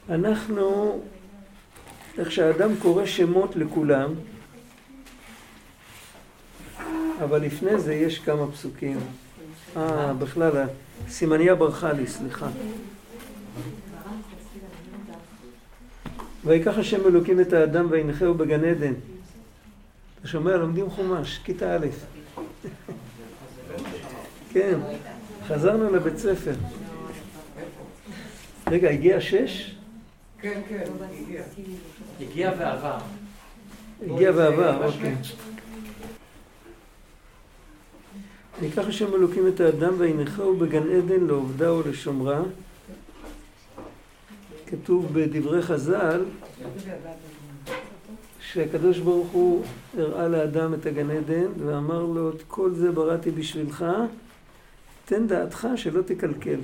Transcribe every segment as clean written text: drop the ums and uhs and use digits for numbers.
אנחנו, איך שהאדם קורא שמות לכולם, אבל לפני זה יש כמה פסוקים. בכלל, סימניה ברכה לי, סליחה. ויקח השם אלוקים את האדם וינחהו בגן עדן. אתה שומע? לומדים חומש, כיתה א'. כן, חזרנו לבית ספר. רגע, הגיע 6? כן, הגיע. הגיע ועבר. הגיע ועבר, אוקיי. ויקח השם אלוקים את האדם וינחהו בגן עדן לעובדה ולשומרה. כתוב בדברי חז"ל שהקדוש ברוך הוא הראה לאדם את הגן עדן ואמר לו, את כל זה בראתי בשבילך, תן דעתך שלא תקלקל.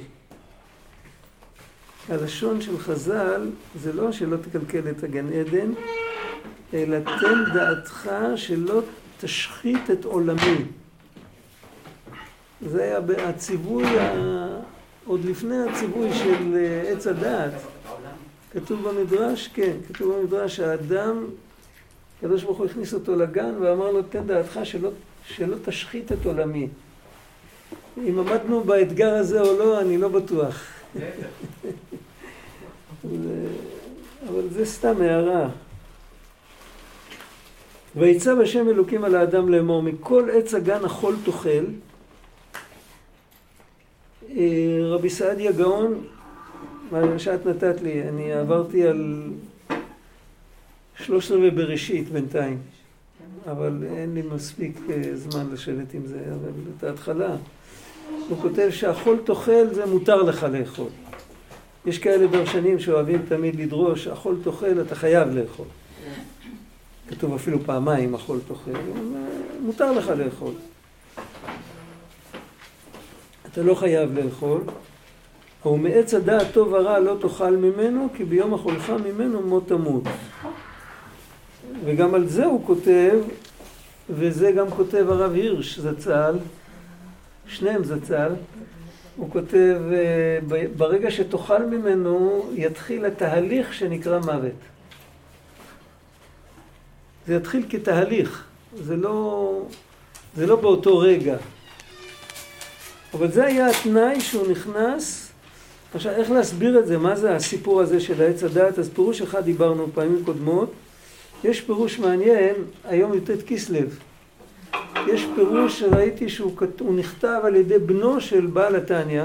הלשון של חז"ל זה לא שלא תקלקל את הגן עדן, אלא תן דעתך שלא תשחית את עולמי. זה היה הציווי, עוד לפני הציווי של עץ הדעת. כתוב במדרש, כן, כתוב במדרש שהאדם, הקדוש ברוך הוא הכניס אותו לגן ואמר לו, תן דעתך שלא תשחית את עולמי. אם עמדנו באתגר הזה או לא, אני לא בטוח. אבל זה סתם הערה. ויצב השם אלוקים על האדם לאמור, מכל עץ הגן אכול תאכל. רבי סעדיה גאון, מה שאת נתת לי, אני עברתי על 13 בראשית בינתיים, אבל אין לי מספיק זמן לשבת עם זה, אבל את ההתחלה. הוא כותב שהאכול תאכל זה מותר לך לאכול. יש כאלה דרשנים שאוהבים תמיד לדרוש, אכול תאכל אתה חייב לאכול. כתוב אפילו פעמיים אכול תאכל, מותר לך לאכול. אתה לא חייב לאכול. ומעץ הדעת טוב ורע לא תאכל ממנו, כי ביום אכולך ממנו מות תמות. וגם על זה הוא כותב, וזה גם כותב הרב הירש זצ"ל, שניהם זצ"ל, הוא כותב, ברגע שתאכל ממנו יתחיל התהליך שנקרא מוות. זה יתחיל כתהליך, זה לא באותו רגע. אבל זה היה התנאי שהוא נכנס. עכשיו, איך להסביר את זה? מה זה הסיפור הזה של העץ הדעת? אז פירוש אחד דיברנו פעמים קודמות. יש פירוש מעניין, היום י"ט כסלו. יש פירוש שראיתי שהוא נכתב על ידי בנו של בעל התניא.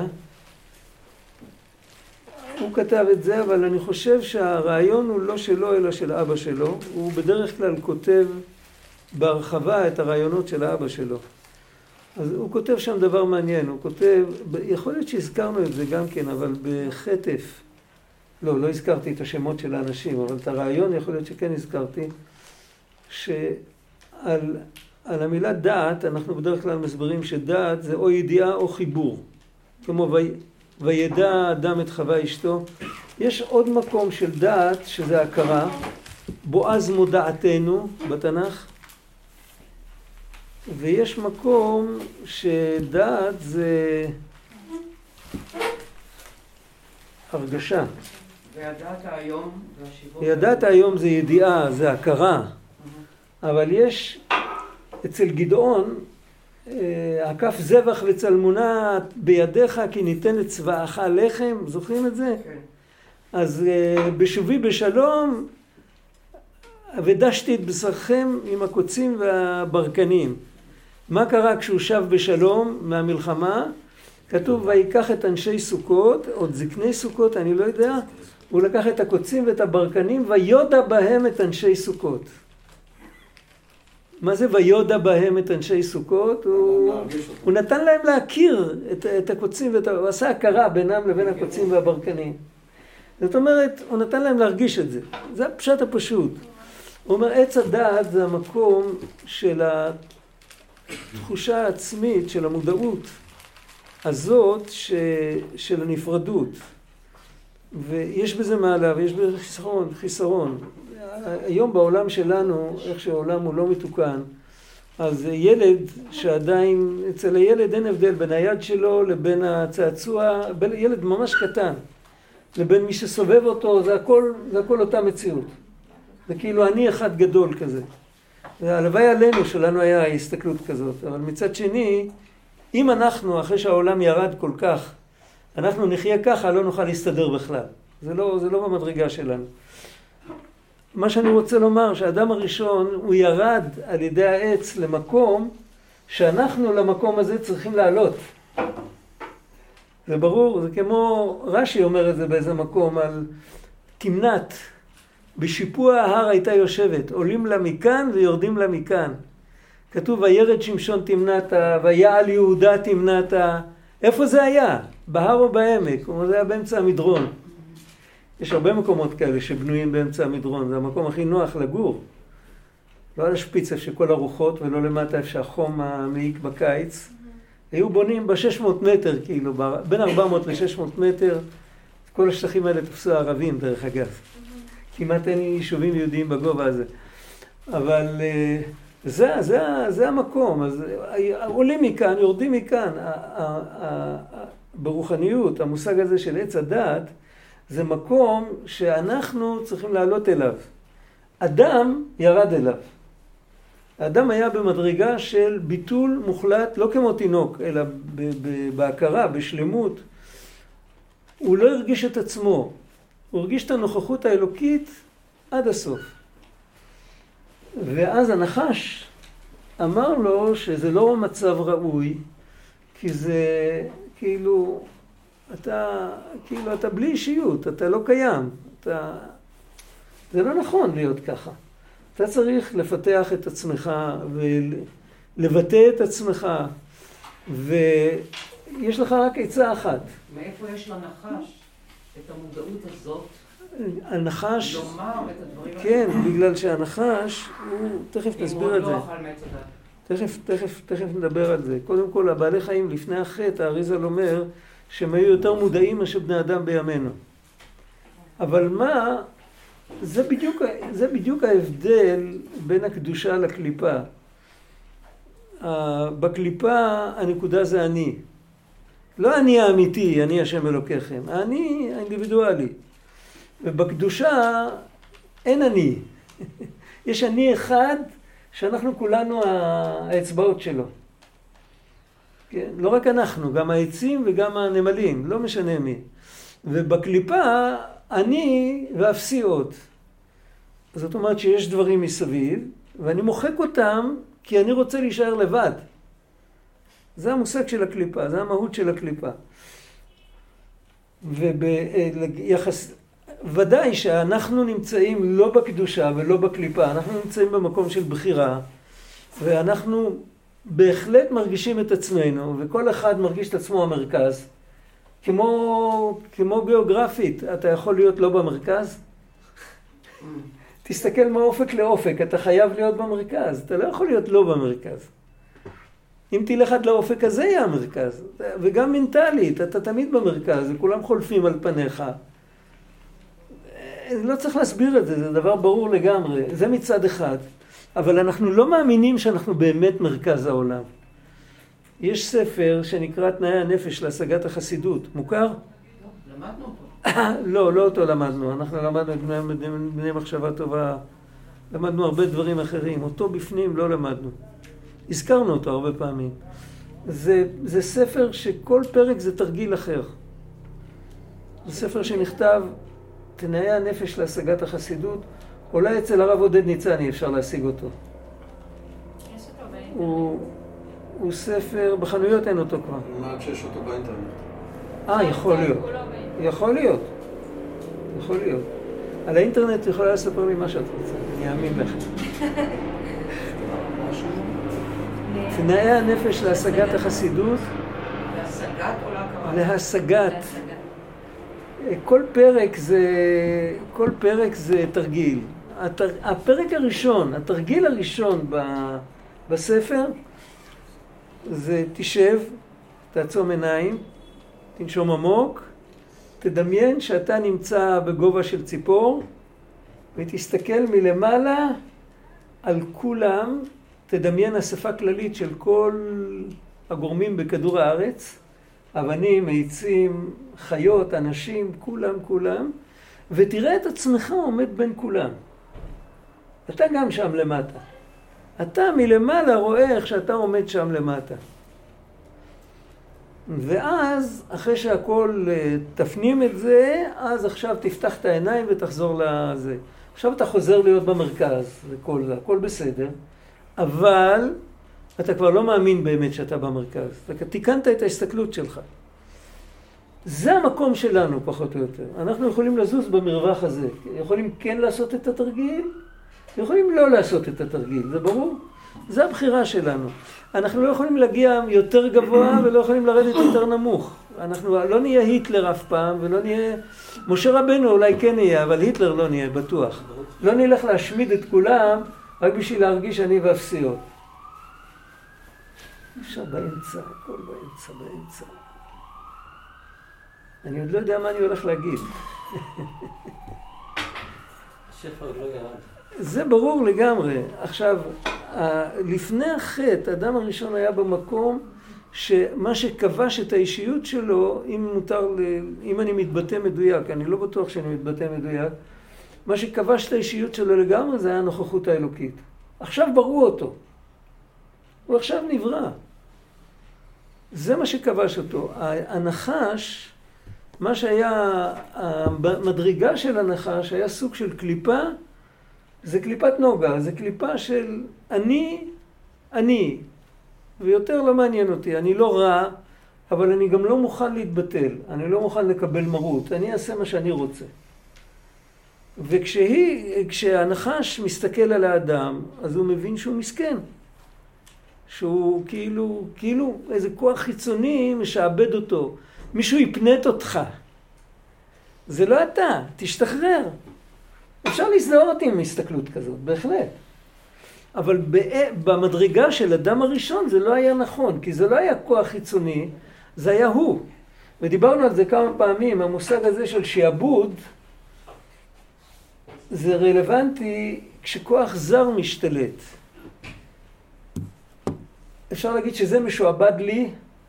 הוא כתב את זה, אבל אני חושב שהרעיון הוא לא שלו אלא של אבא שלו. הוא בדרך כלל כותב בהרחבה את הרעיונות של האבא שלו. אז הוא כותב שם דבר מעניין, הוא כותב, יכול להיות שהזכרנו את זה גם כן, אבל בחטף, לא הזכרתי את השמות של האנשים, אבל את הרעיון יכול להיות שכן הזכרתי, שעל המילה דעת, אנחנו בדרך כלל מסברים שדעת זה או ידיעה או חיבור, כמו וידע האדם את חווה אשתו. יש עוד מקום של דעת, שזה הכרה, בועז מודעתנו בתנ"ך, ויש מקום שדעת זה הרגשה. וידעת היום והשיבות. ידעת היום זה ידיעה, זה הכרה. אבל יש אצל גדעון, הקף זבח וצלמונה בידיך כי ניתן לצבאך לחם, זוכרים את זה? כן. אז בשובי בשלום, ודשתי את בשרכם עם הקוצים והברקנים. מה קרה כשהוא שב בשלום מהמלחמה? כתוב ויקח את אנשי סוכות, עוד זקני סוכות, אני לא יודע, הוא לקח את הקוצים ואת הברקנים ויודע בהם את אנשי סוכות. מה זה ויודע בהם את אנשי סוכות? הוא נתן להם להכיר את הקוצים, הוא עשה הכרה בינם לבין הקוצים והברקנים. זאת אומרת, הוא נתן להם להרגיש את זה. זה הפשט הפשוט. הוא אומר, עץ הדעת זה המקום של התחושה העצמית, של המודעות הזאת של הנפרדות. ויש בזה מעלה ויש בזה חיסרון. היום בעולם שלנו, איך שהעולם הוא לא מתוקן, אז ילד שעדיין, אצל הילד אין הבדל בין היד שלו לבין הצעצוע, ילד ממש קטן, לבין מי שסובב אותו, זה הכל אותה מציאות. זה כאילו אני אחד גדול כזה. והלוואי עלינו שלנו היה הסתכלות כזאת. אבל מצד שני, אם אנחנו, אחרי שהעולם ירד כל כך, אנחנו נחיה ככה, לא נוכל להסתדר בכלל. זה לא במדרגה שלנו. מה שאני רוצה לומר, שהאדם הראשון, הוא ירד על ידי העץ למקום, שאנחנו למקום הזה צריכים לעלות. זה ברור, זה כמו רש"י אומר את זה באיזה מקום, על תמנת. בשיפוע ההר הייתה יושבת, עולים לה מכאן ויורדים לה מכאן. כתוב, וירד שמשון תמנתה, ויעל יהודה תמנתה. איפה זה היה? בהר או בעמק? זה היה באמצע המדרון. יש הרבה מקומות כאלה שבנויים באמצע המדרון, זה המקום הכי נוח לגור. לא על השפיצה שכל הרוחות ולא למטה איפה שהחום המעיק בקיץ. היו בונים ב-600 מטר, כאילו, בין 400 ל-600 מטר. כל השטחים האלה תפסו הערבים, דרך אגב. כמעט אין יישובים יהודיים בגובה הזה. אבל זה המקום. אז עולים מכאן, יורדים מכאן. ברוחניות, המושג הזה של עץ הדעת, זה מקום שאנחנו צריכים לעלות אליו. אדם ירד אליו. האדם היה במדרגה של ביטול מוחלט, לא כמו תינוק, אלא בהכרה, בשלמות. הוא לא הרגיש את עצמו. הוא הרגיש את הנוכחות האלוקית עד הסוף. ואז הנחש אמר לו שזה לא מצב ראוי, כי זה כאילו אתה בלי אישיות, אתה לא קיים. זה לא נכון להיות ככה. אתה צריך לפתח את עצמך ולבטא את עצמך, ויש לך רק עצה אחת. מאיפה יש לנחש את המודעות הזאת? הנחש, לומר את הדברים האלה? כן, בגלל שהנחש, הוא, תכף נסביר את זה. אם הוא לא אכל מעץ הדת. תכף נדבר על זה. קודם כל, הבעלי חיים לפני החטא, האריז"ל אומר שהם היו יותר מודעים מאשר בני אדם בימינו. אבל מה, זה בדיוק ההבדל בין הקדושה לקליפה. בקליפה הנקודה זה אני. לא אני האמיתי, אני השם אלוקיכם. אני האינדיבידואלי. ובקדושה אין אני. יש אני אחד שאנחנו כולנו האצבעות שלו. כן? לא רק אנחנו, גם העצים וגם הנמלים, לא משנה מי. ובקליפה אני ואפסי עוד. זאת אומרת שיש דברים מסביב, ואני מוחק אותם כי אני רוצה להישאר לבד. זה המושג של הקליפה, זה המהות של הקליפה. ודאי שאנחנו נמצאים לא בקדושה ולא בקליפה, אנחנו נמצאים במקום של בחירה, ואנחנו בהחלט מרגישים את עצמנו, וכל אחד מרגיש את עצמו המרכז. כמו גיאוגרפית, אתה יכול להיות לא במרכז? תסתכל מאופק לאופק, אתה חייב להיות במרכז, אתה לא יכול להיות לא במרכז. אם תלך עד לאופק הזה יהיה המרכז, וגם מנטלית, אתה תמיד במרכז, וכולם חולפים על פניך. לא צריך להסביר את זה, זה דבר ברור לגמרי, זה מצד אחד. אבל אנחנו לא מאמינים שאנחנו באמת מרכז העולם. יש ספר שנקרא תנאי הנפש להשגת החסידות. מוכר? למדנו אותו. לא אותו למדנו. אנחנו למדנו את בני מחשבה טובה. למדנו הרבה דברים אחרים. אותו בפנים לא למדנו. הזכרנו אותו הרבה פעמים. זה ספר שכל פרק זה תרגיל אחר. זה ספר שנכתב תנאי הנפש להשגת החסידות. אולי אצל הרב עודד ניצני אפשר להשיג אותו. יש אותו באינטרנט. הוא ספר, בחנויות אין אותו כבר. מה שיש אותו באינטרנט? יכול להיות. על האינטרנט יכולה לספר לי מה שאת רוצה, אני אאמין לך. תנאי הנפש להשגת החסידות. להשגת או להכרה? להשגת. כל פרק זה תרגיל. הפרק הראשון, התרגיל הראשון בספר, זה תשב, תעצום עיניים, תנשום עמוק, תדמיין שאתה נמצא בגובה של ציפור, ותסתכל מלמעלה על כולם, תדמיין אספה כללית של כל הגורמים בכדור הארץ, אבנים, עצים, חיות, אנשים, כולם, ותראה את עצמך עומד בין כולם. אתה גם שם למטה. אתה מלמעלה רואה איך שאתה עומד שם למטה. ואז, אחרי שהכל תפנים את זה, אז עכשיו תפתח את העיניים ותחזור לזה. עכשיו אתה חוזר להיות במרכז, הכל בסדר, אבל אתה כבר לא מאמין באמת שאתה במרכז. אתה תיקנת את ההסתכלות שלך. זה המקום שלנו, פחות או יותר. אנחנו יכולים לזוז במרווח הזה. יכולים כן לעשות את התרגיל, יכולים לא לעשות את התרגיל, זה ברור? זה הבחירה שלנו. אנחנו לא יכולים להגיע יותר גבוה ולא יכולים לרדת יותר נמוך. אנחנו לא נהיה היטלר אף פעם ולא נהיה... משה רבנו אולי כן נהיה, אבל היטלר לא נהיה, בטוח. לא נלך להשמיד את כולם רק בשביל להרגיש אני ואפסיות. אפשר באמצע, הכל באמצע. אני עוד לא יודע מה אני הולך להגיד. השפע עוד לא ירד. זה ברור לגמרי. עכשיו, לפני החטא, האדם הראשון היה במקום שמה שכבש את האישיות שלו, אם אני מתבטא מדויק, אני לא בטוח שאני מתבטא מדויק, מה שכבש את האישיות שלו לגמרי זה היה הנוכחות האלוקית. עכשיו בראו אותו. הוא עכשיו נברא. זה מה שכבש אותו. הנחש, מה שהיה, המדרגה של הנחש היה סוג של קליפה, זה קליפת נוגה, זה קליפה של אני, ויותר לא מעניין אותי, אני לא רע, אבל אני גם לא מוכן להתבטל, אני לא מוכן לקבל מרות, אני אעשה מה שאני רוצה. וכשהנחש מסתכל על האדם, אז הוא מבין שהוא מסכן. שהוא כאילו איזה כוח חיצוני משעבד אותו. מישהו יפנט אותך. זה לא אתה, תשתחרר. אפשר להזדהות עם הסתכלות כזאת, בהחלט. אבל במדרגה של אדם הראשון זה לא היה נכון, כי זה לא היה כוח חיצוני, זה היה הוא. ודיברנו על זה כמה פעמים, המושג הזה של שיעבוד, זה רלוונטי כשכוח זר משתלט. אפשר להגיד שזה משועבד לי?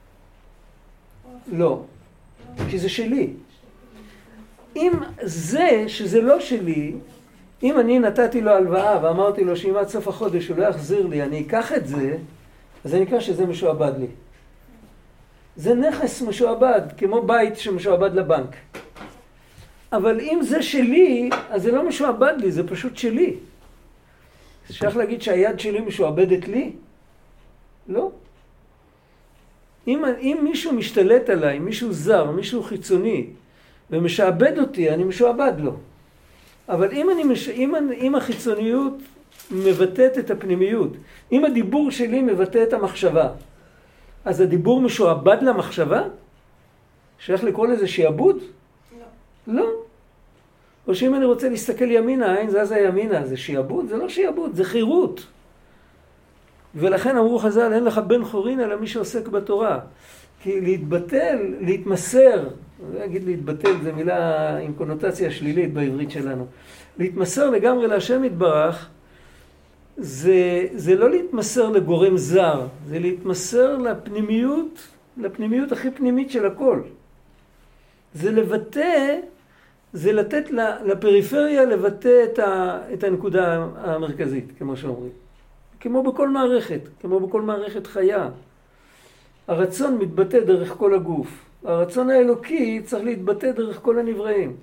לא. כי זה שלי. אם זה, שזה לא שלי, אם אני נתתי לו הלוואה ואמרתי לו שאם עד סוף החודש הוא לא יחזיר לי, אני אקח את זה, אז אני אקח שזה משועבד לי. זה נכס משועבד, כמו בית שמשועבד לבנק. אבל אם זה שלי, אז זה לא משועבד לי, זה פשוט שלי. שייך להגיד שהיד שלי משועבדת לי? לא. אם מישהו משתלט עליי, מישהו זר, מישהו חיצוני, ומשעבד אותי, אני משועבד לו. אבל אם החיצוניות מבטאת את הפנימיות, אם הדיבור שלי מבטא את המחשבה, אז הדיבור משועבד למחשבה? שייך לקרוא לזה שיעבוד? לא. לא. או שאם אני רוצה להסתכל ימינה, העין זזה ימינה, זה שיעבוד? זה לא שיעבוד, זה חירות. ולכן אמרו חז"ל, אין לך בן חורין אלא מי שעוסק בתורה. כי להתבטל, להתמסר, אני אגיד להתבטל, זו מילה עם קונוטציה שלילית בעברית שלנו. להתמסר לגמרי להשם יתברך, זה לא להתמסר לגורם זר, זה להתמסר לפנימיות הכי פנימית של הכל. זה לבטא, זה לתת לפריפריה לבטא את הנקודה המרכזית, כמו שאומרים. כמו בכל מערכת חיה. הרצון מתבטא דרך כל הגוף. הרצון האלוקי צריך להתבטא דרך כל הנבראים.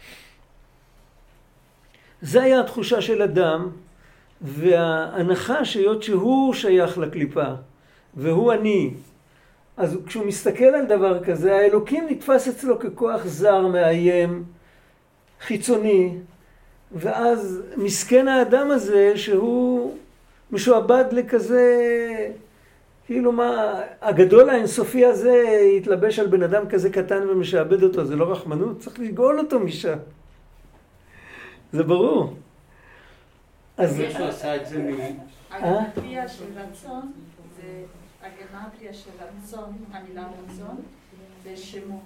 זה היה התחושה של אדם, וההנחה שהיות שהוא שייך לקליפה, והוא אני. אז כשהוא מסתכל על דבר כזה, האלוקים נתפס אצלו ככוח זר, מאיים, חיצוני, ואז מסכן האדם הזה שהוא משועבד לכזה, כאילו מה, הגדול האינסופי הזה יתלבש על בן אדם כזה קטן ומשעבד אותו, זה לא רחמנות, צריך לגאול אותו משם. זה ברור. אז מישהו עשה את זה הגמטריה של רצון, זה הגמטריה של רצון, המילה רצון, זה שמו.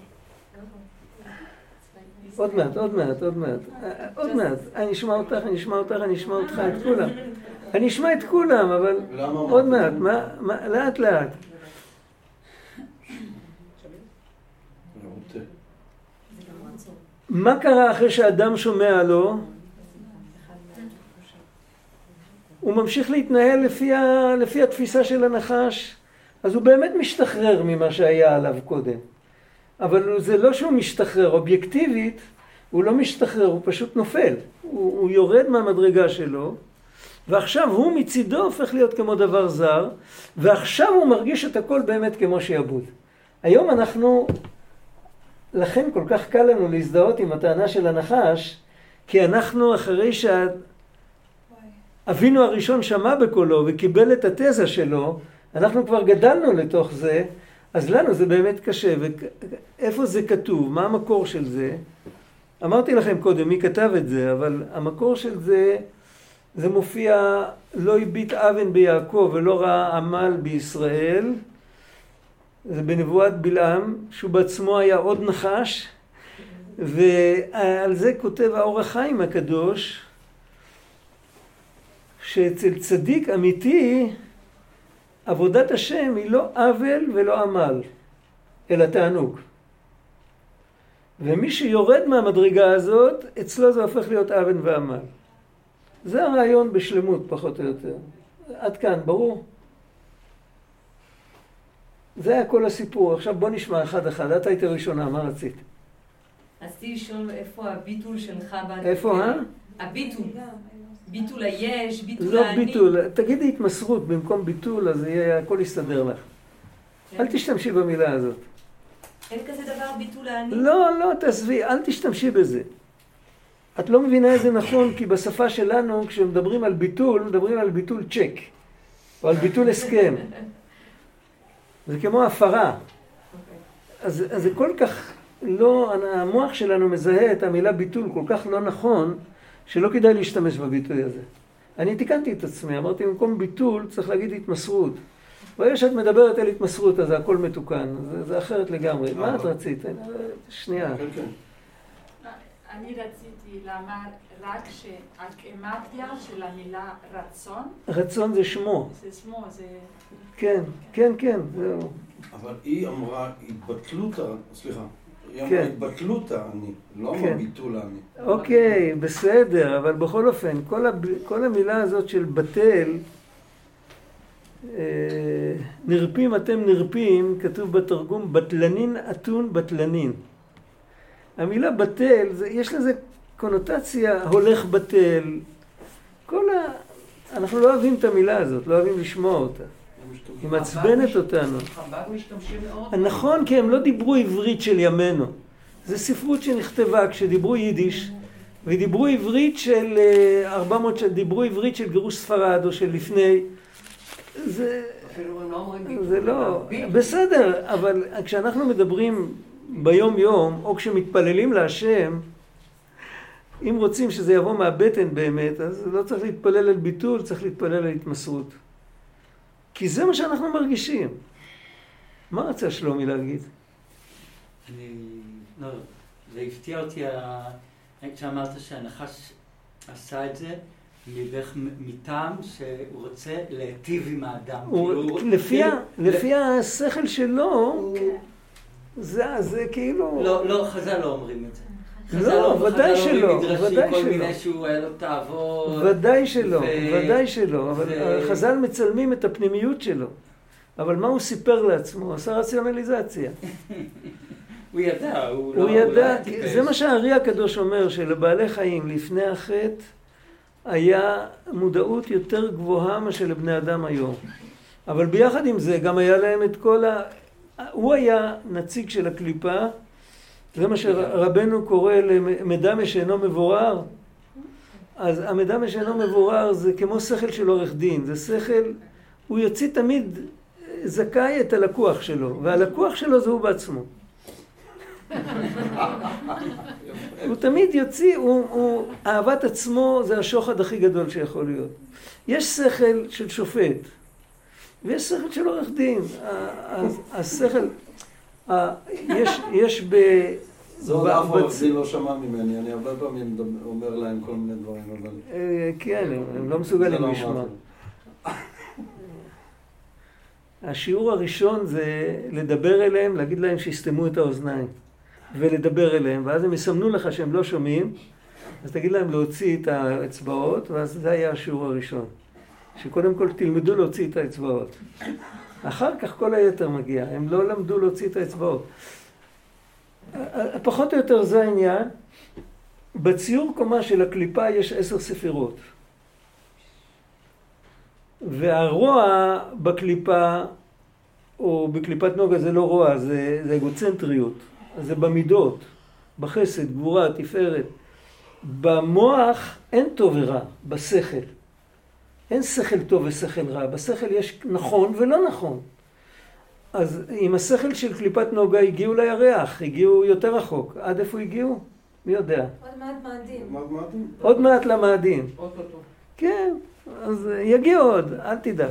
עוד מעט. אני אשמע אותך, אני אשמע אותך, את כולם. אני אשמע את כולם, אבל עוד מעט, לאט. מה קרה אחרי שהאדם שומע לו? הוא ממשיך להתנהל לפי התפיסה של הנחש, אז הוא באמת משתחרר ממה שהיה עליו קודם. אבל זה לא שהוא משתחרר, אובייקטיבית, הוא לא משתחרר, הוא פשוט נופל. הוא יורד מהמדרגה שלו, ועכשיו הוא מצידו הופך להיות כמו דבר זר, ועכשיו הוא מרגיש את הכל באמת כמו שיעבוד. היום אנחנו, לכן כל כך קל לנו להזדהות עם הטענה של הנחש, כי אנחנו אחרי אבינו הראשון שמע בקולו וקיבל את התזה שלו, אנחנו כבר גדלנו לתוך זה, אז לנו זה באמת קשה. ואיפה זה כתוב? מה המקור של זה? אמרתי לכם קודם מי כתב את זה, אבל המקור של זה, זה מופיע לא הביט אבן ביעקב ולא ראה עמל בישראל. זה בנבואת בלעם, שהוא בעצמו היה עוד נחש, ועל זה כותב האור החיים הקדוש, שאצל צדיק אמיתי, עבודת השם היא לא עוול ולא עמל, אלא תענוג. ומי שיורד מהמדרגה הזאת, אצלו זה הופך להיות עוון ועמל. זה הרעיון בשלמות, פחות או יותר. עד כאן, ברור? זה היה כל הסיפור. עכשיו בוא נשמע אחד אחד. את היית ראשונה, מה רצית? רציתי לשאול איפה הביטול שלך? איפה, הביטול. ביטול היש, ביטול לא העני. ביטול, תגידי התמסרות במקום ביטול, אז הכל יסתדר לך. אל תשתמשי במילה הזאת. אין כזה דבר ביטול העני? לא, תעזבי, אל תשתמשי בזה. את לא מבינה את זה נכון, כי בשפה שלנו, כשמדברים על ביטול, מדברים על ביטול צ'ק, או על ביטול הסכם. זה כמו הפרה. אז זה כל כך לא, המוח שלנו מזהה את המילה ביטול כל כך לא נכון, שלא כדאי להשתמש בביטוי הזה. אני תיקנתי את עצמי, אמרתי, במקום ביטול צריך להגיד התמסרות. ברגע שאת מדברת על התמסרות, אז הכל מתוקן, זה אחרת לגמרי. מה את רצית? שנייה. אני רציתי לומר רק שהגימטריה של המילה רצון. רצון זה שמו. זה שמו, זה... כן, זהו. אבל היא אמרה התבטלות, סליחה. היא אמרה התבטלות העני, לא אמרה ביטול העני. אוקיי, בסדר, אבל בכל אופן, כל המילה הזאת של בטל, נרפים אתם נרפים, כתוב בתרגום, בטלנין אתון בטלנין. המילה בטל, יש לזה קונוטציה, הולך בטל. אנחנו לא אוהבים את המילה הזאת, לא אוהבים לשמוע אותה. היא מעצבנת אותנו. נכון, כי הם לא דיברו עברית של ימינו. זה ספרות שנכתבה כשדיברו יידיש, ודיברו עברית של 400, דיברו עברית של גירוש ספרד או של לפני. זה לא, בסדר, אבל כשאנחנו מדברים ביום יום, או כשמתפללים להשם, אם רוצים שזה יבוא מהבטן באמת, אז לא צריך להתפלל על ביטול, צריך להתפלל על התמסרות. כי זה מה שאנחנו מרגישים. מה רצה שלומי להגיד? לא, זה הפתיע אותי כשאמרת שהנחש עשה את זה מטעם שהוא רוצה להיטיב עם האדם. לפי השכל שלו, זה כאילו... לא, חז"ל לא אומרים את זה. לא, ודאי שלא, כל מיני שהוא היה לו תעבור. ודאי שלא, אבל חז"ל מצלמים את הפנימיות שלו. אבל מה הוא סיפר לעצמו? הוא עשה רציונליזציה. הוא ידע, הוא ידע, זה מה שהארי הקדוש אומר, שלבעלי חיים לפני החטא היה מודעות יותר גבוהה מאשר לבני אדם היום. אבל ביחד עם זה גם היה להם את כל הוא היה נציג של הקליפה, זה מה שרבנו קורא למדם שאינו מבורר. אז המדם שאינו מבורר זה כמו שכל של עורך דין, זה שכל, הוא יוציא תמיד זכאי את הלקוח שלו, והלקוח שלו זה הוא בעצמו. הוא תמיד יוציא, אהבת עצמו זה השוחד הכי גדול שיכול להיות. יש שכל של שופט, ויש שכל של עורך דין. השכל, יש זו לא שמע ממני, אני הרבה פעמים אומר להם כל מיני דברים, אבל... כן, הם לא מסוגלים לשמוע. השיעור הראשון זה לדבר אליהם, להגיד להם שיסתמו את האוזניים. ולדבר אליהם, ואז הם יסמנו לך שהם לא שומעים, אז תגיד להם להוציא את האצבעות, ואז זה היה השיעור הראשון. שקודם כל תלמדו להוציא את האצבעות. אחר כך כל היתר מגיע, הם לא למדו להוציא את האצבעות. פחות או יותר זה העניין. בציור קומה של הקליפה יש 10 ספירות. והרוע בקליפה, או בקליפת נוגה זה לא רוע, זה אגוצנטריות. זה במידות, בחסד, גבורה, תפארת. במוח אין טוב ורע, בשכל. אין שכל טוב ושכל רע. בשכל יש נכון ולא נכון. אז עם השכל של קליפת נוגה הגיעו לירח, הגיעו יותר רחוק. עד איפה הגיעו? מי יודע? עוד מעט מאדים. עוד מעט למאדים. כן, אז יגיעו עוד, אל תדאג.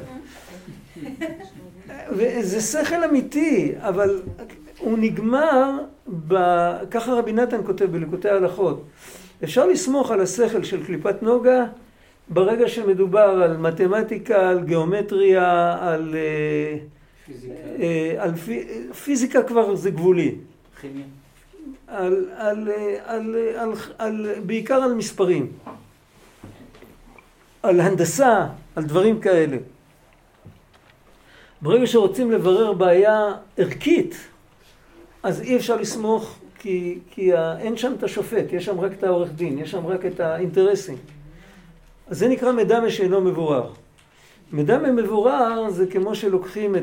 וזה שכל אמיתי, אבל הוא נגמר, ככה רבי נתן כותב בליקוטי ההלכות. אפשר לסמוך על השכל של קליפת נוגה ברגע שמדובר על מתמטיקה, על גיאומטריה, על פיזיקה כבר זה גבולי. כימיה. בעיקר על מספרים. על הנדסה, על דברים כאלה. ברגע שרוצים לברר בעיה ערכית, אז אי אפשר לסמוך, כי אין שם את השופט, יש שם רק את העורך דין, יש שם רק את האינטרסים. אז זה נקרא מידע שאינו מבורר. מידע מבורר זה כמו שלוקחים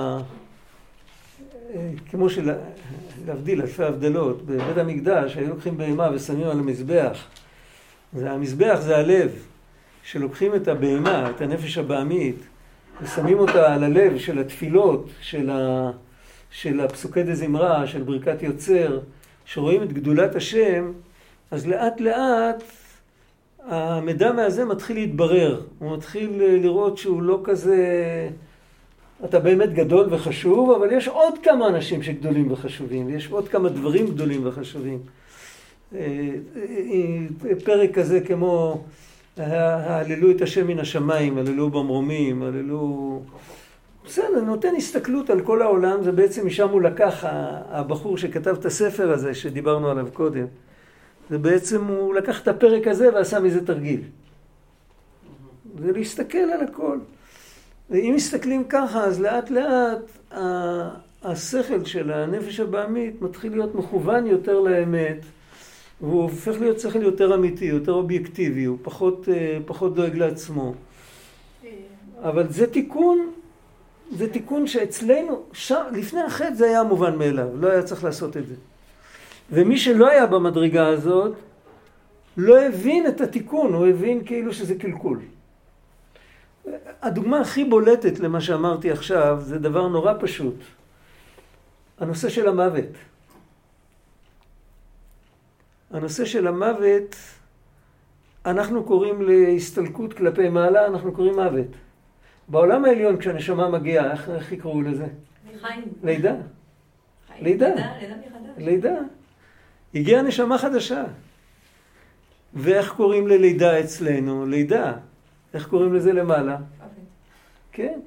כמו להבדיל אלפי הבדלות, בבית המקדש היו לוקחים בהמה ושמים על המזבח. המזבח זה הלב, שלוקחים את הבהמה, את הנפש הבהמית, ושמים אותה על הלב של התפילות, של הפסוקי דזמרה, של ברכת יוצר, שרואים את גדולת השם, אז לאט לאט המידע מהזה מתחיל להתברר. הוא מתחיל לראות שהוא לא כזה, אתה באמת גדול וחשוב, אבל יש עוד כמה אנשים שגדולים וחשובים, ויש עוד כמה דברים גדולים וחשובים. פרק כזה כמו הללו את השם מן השמיים, הללו במרומים, הללו... בסדר, נותן הסתכלות על כל העולם, זה בעצם משם הוא לקח, הבחור שכתב את הספר הזה שדיברנו עליו קודם, זה בעצם הוא לקח את הפרק הזה ועשה מזה תרגיל. זה להסתכל על הכל. ואם מסתכלים ככה, אז לאט לאט השכל של הנפש הבהמית מתחיל להיות מכוון יותר לאמת, והוא הופך להיות שכל יותר אמיתי, יותר אובייקטיבי, הוא פחות דואג לעצמו. אבל זה תיקון שאצלנו, לפני החטא זה היה מובן מאליו, לא היה צריך לעשות את זה. ומי שלא היה במדרגה הזאת, לא הבין את התיקון, הוא הבין כאילו שזה קלקול. הדוגמה הכי בולטת למה שאמרתי עכשיו, זה דבר נורא פשוט. הנושא של המוות. הנושא של המוות, אנחנו קוראים להסתלקות כלפי מעלה, אנחנו קוראים מוות. בעולם העליון כשהנשמה מגיעה, איך יקראו לזה? חיים. לידה. לידה. לידה. הגיעה נשמה חדשה. ואיך קוראים ללידה אצלנו? לידה. איך קוראים לזה למעלה? כן.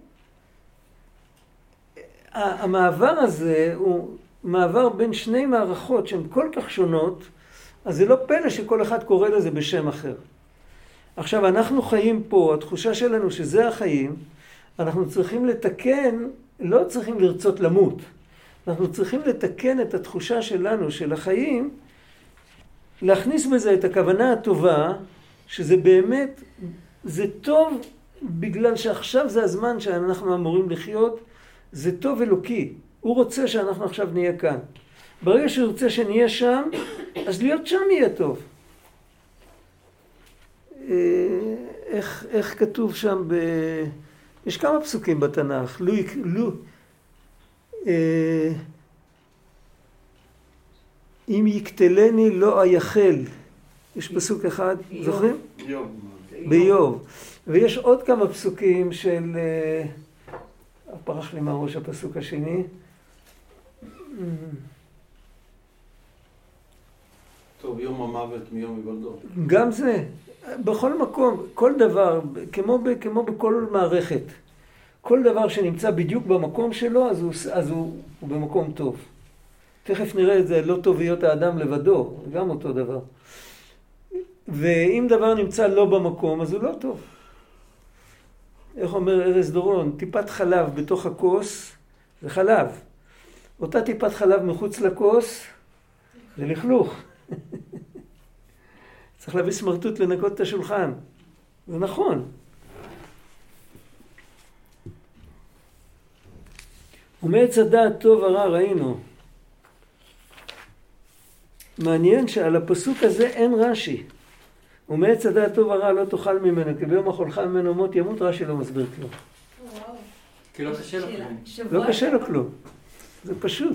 המעבר הזה הוא מעבר בין שני מערכות שהן כל כך שונות, אז זה לא פלא שכל אחד קורא לזה בשם אחר. עכשיו, אנחנו חיים פה, התחושה שלנו שזה החיים, אנחנו צריכים לתקן, לא צריכים לרצות למות. אנחנו צריכים לתקן את התחושה שלנו, של החיים, להכניס בזה את הכוונה הטובה, שזה באמת, זה טוב בגלל שעכשיו זה הזמן שאנחנו אמורים לחיות, זה טוב אלוקי. הוא רוצה שאנחנו עכשיו נהיה כאן. ברגע שהוא רוצה שנהיה שם, אז להיות שם יהיה טוב. איך כתוב שם יש כמה פסוקים בתנ"ך. אם יקטלני לא אייחל. יש פסוק אחד, זוכרים? ביוב. ויש עוד כמה פסוקים של... פרח לי מהראש הפסוק השני. טוב, יום המוות מיום היוולדו. גם זה. בכל מקום, כל דבר, כמו בכל מערכת, כל דבר שנמצא בדיוק במקום שלו, אז הוא במקום טוב. תכף נראה את זה, לא טוב להיות האדם לבדו, גם אותו דבר. ואם דבר נמצא לא במקום, אז הוא לא טוב. איך אומר ארז דורון? טיפת חלב בתוך הכוס זה חלב. אותה טיפת חלב מחוץ לכוס זה לכלוך. צריך להביא סמרטוט לנקות את השולחן. זה נכון. ומעץ הדעת טוב ורע ראינו. מעניין שעל הפסוק הזה אין רש"י. ומעץ הדעת טוב ורע לא תאכל ממנו, כי ביום אכולך ממנו מות ימות. רש"י לא מסביר כלום. כי לא קשה לו כלום. לא קשה לו כלום. זה פשוט.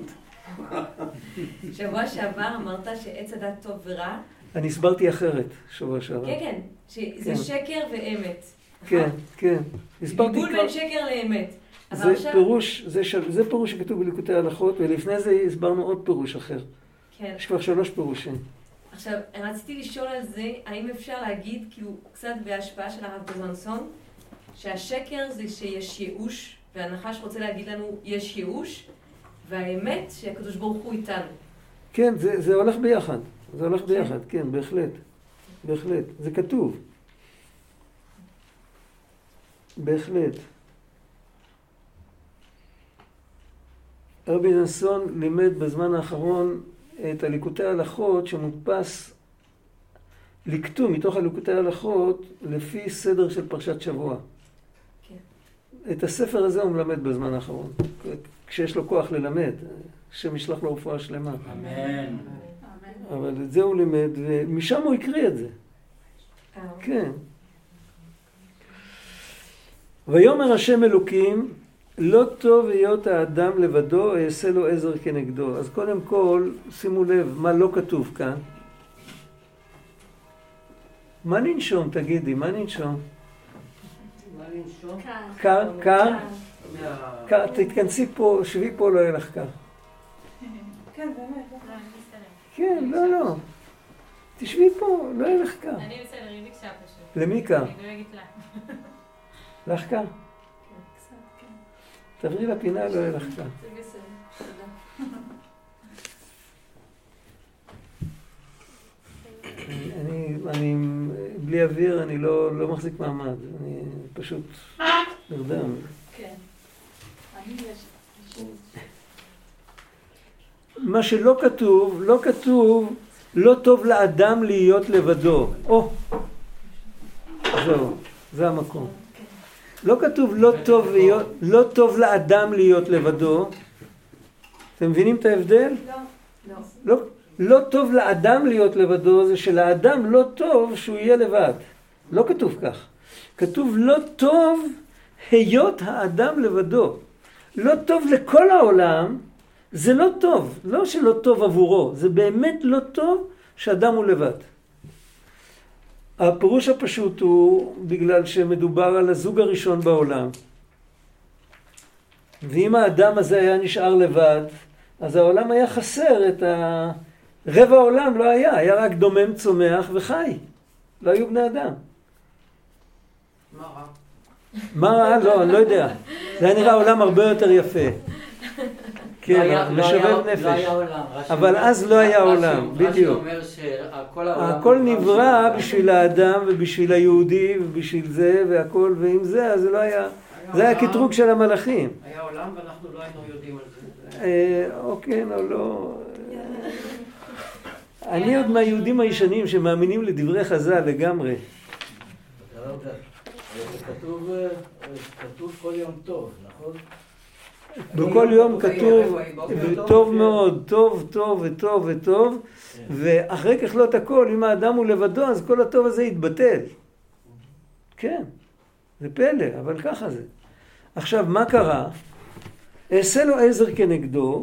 שבוע שעבר אמרת שעץ הדעת טוב ורע. אני הסברתי אחרת שבוע שעבר. כן, כן. שזה שקר ואמת. כן, כן. בלבול בין שקר לאמת. זה פירוש שכתוב בליקוטי ההלכות, ולפני זה הסברנו עוד פירוש אחר. כן. יש כבר 3 פירושים. עכשיו, רציתי לשאול על זה, האם אפשר להגיד, כאילו, קצת בהשפעה של הרב בזנסון, שהשקר זה שיש ייאוש, והנחש רוצה להגיד לנו, יש ייאוש, והאמת שהקדוש ברוך הוא איתנו. כן, זה הולך ביחד. זה הולך ביחד, כן, בהחלט. בהחלט. זה כתוב. בהחלט. הרבי נסון לימד בזמן האחרון את הליקוטי ההלכות שמודפס לקטו מתוך הליקוטי ההלכות לפי סדר של פרשת שבוע. כן. את הספר הזה הוא מלמד בזמן האחרון, כשיש לו כוח ללמד, שמשלח לו רפואה שלמה. אמן. אבל את זה הוא לימד, ומשם הוא הקריא את זה. כן. ויאמר השם אלוקים, לא טוב להיות האדם לבדו, אעשה לו עזר כנגדו. אז קודם כל, שימו לב, מה לא כתוב כאן. מה ננשום, תגידי, מה ננשום? מה לנשום? קר? קר, תתכנסי פה, שבי פה, לא יהיה לך קר. כן, באמת. כן, לא. תשבי פה, לא יהיה לך קר. אני בסדר, היא ביקשה פשוט. למי קר? אני דואגת לה. לך קר? תעברי לפינה, לא יהיה לך קר. זה בסדר, תודה. אני בלי אוויר, אני לא מחזיק מעמד. אני פשוט נרדם. כן. מה שלא כתוב, לא טוב לאדם להיות לבדו. זהו, זה המקום. לא כתוב לא טוב לאדם להיות לבדו. אתם מבינים את ההבדל? לא. לא טוב לאדם להיות לבדו, זה שלאדם לא טוב שהוא יהיה לבד. לא כתוב כך. כתוב לא טוב היות האדם לבדו. לא טוב לכל העולם, זה לא טוב. לא שלא טוב עבורו, זה באמת לא טוב שאדם הוא לבד. הפירוש הפשוט הוא בגלל שמדובר על הזוג הראשון בעולם. ואם האדם הזה היה נשאר לבד, אז העולם היה חסר את רבע העולם לא היה רק דומם, צומח וחי. לא היו בני אדם. מה רע? מה רע? לא, אני לא יודע. זה היה נראה עולם הרבה יותר יפה. כן, משובב נפש. אבל אז לא היה עולם, בדיוק. הכל נברא בשביל האדם ובשביל היהודי ובשביל זה והכל, ועם זה, אז זה לא היה, זה היה קטרוג של המלאכים. היה עולם ואנחנו לא היינו יודעים על זה. אוקיי, לא. אני עוד מהיהודים הישנים שמאמינים לדברי חז"ל לגמרי. כתוב כל יום טוב, נכון? בכל יום כתוב טוב מאוד, טוב וטוב, ואחרי ככלות הכל, אם האדם הוא לבדו, אז כל הטוב הזה יתבטל. כן, זה פלא, אבל ככה זה. עכשיו, מה קרה? אעשה לו עזר כנגדו.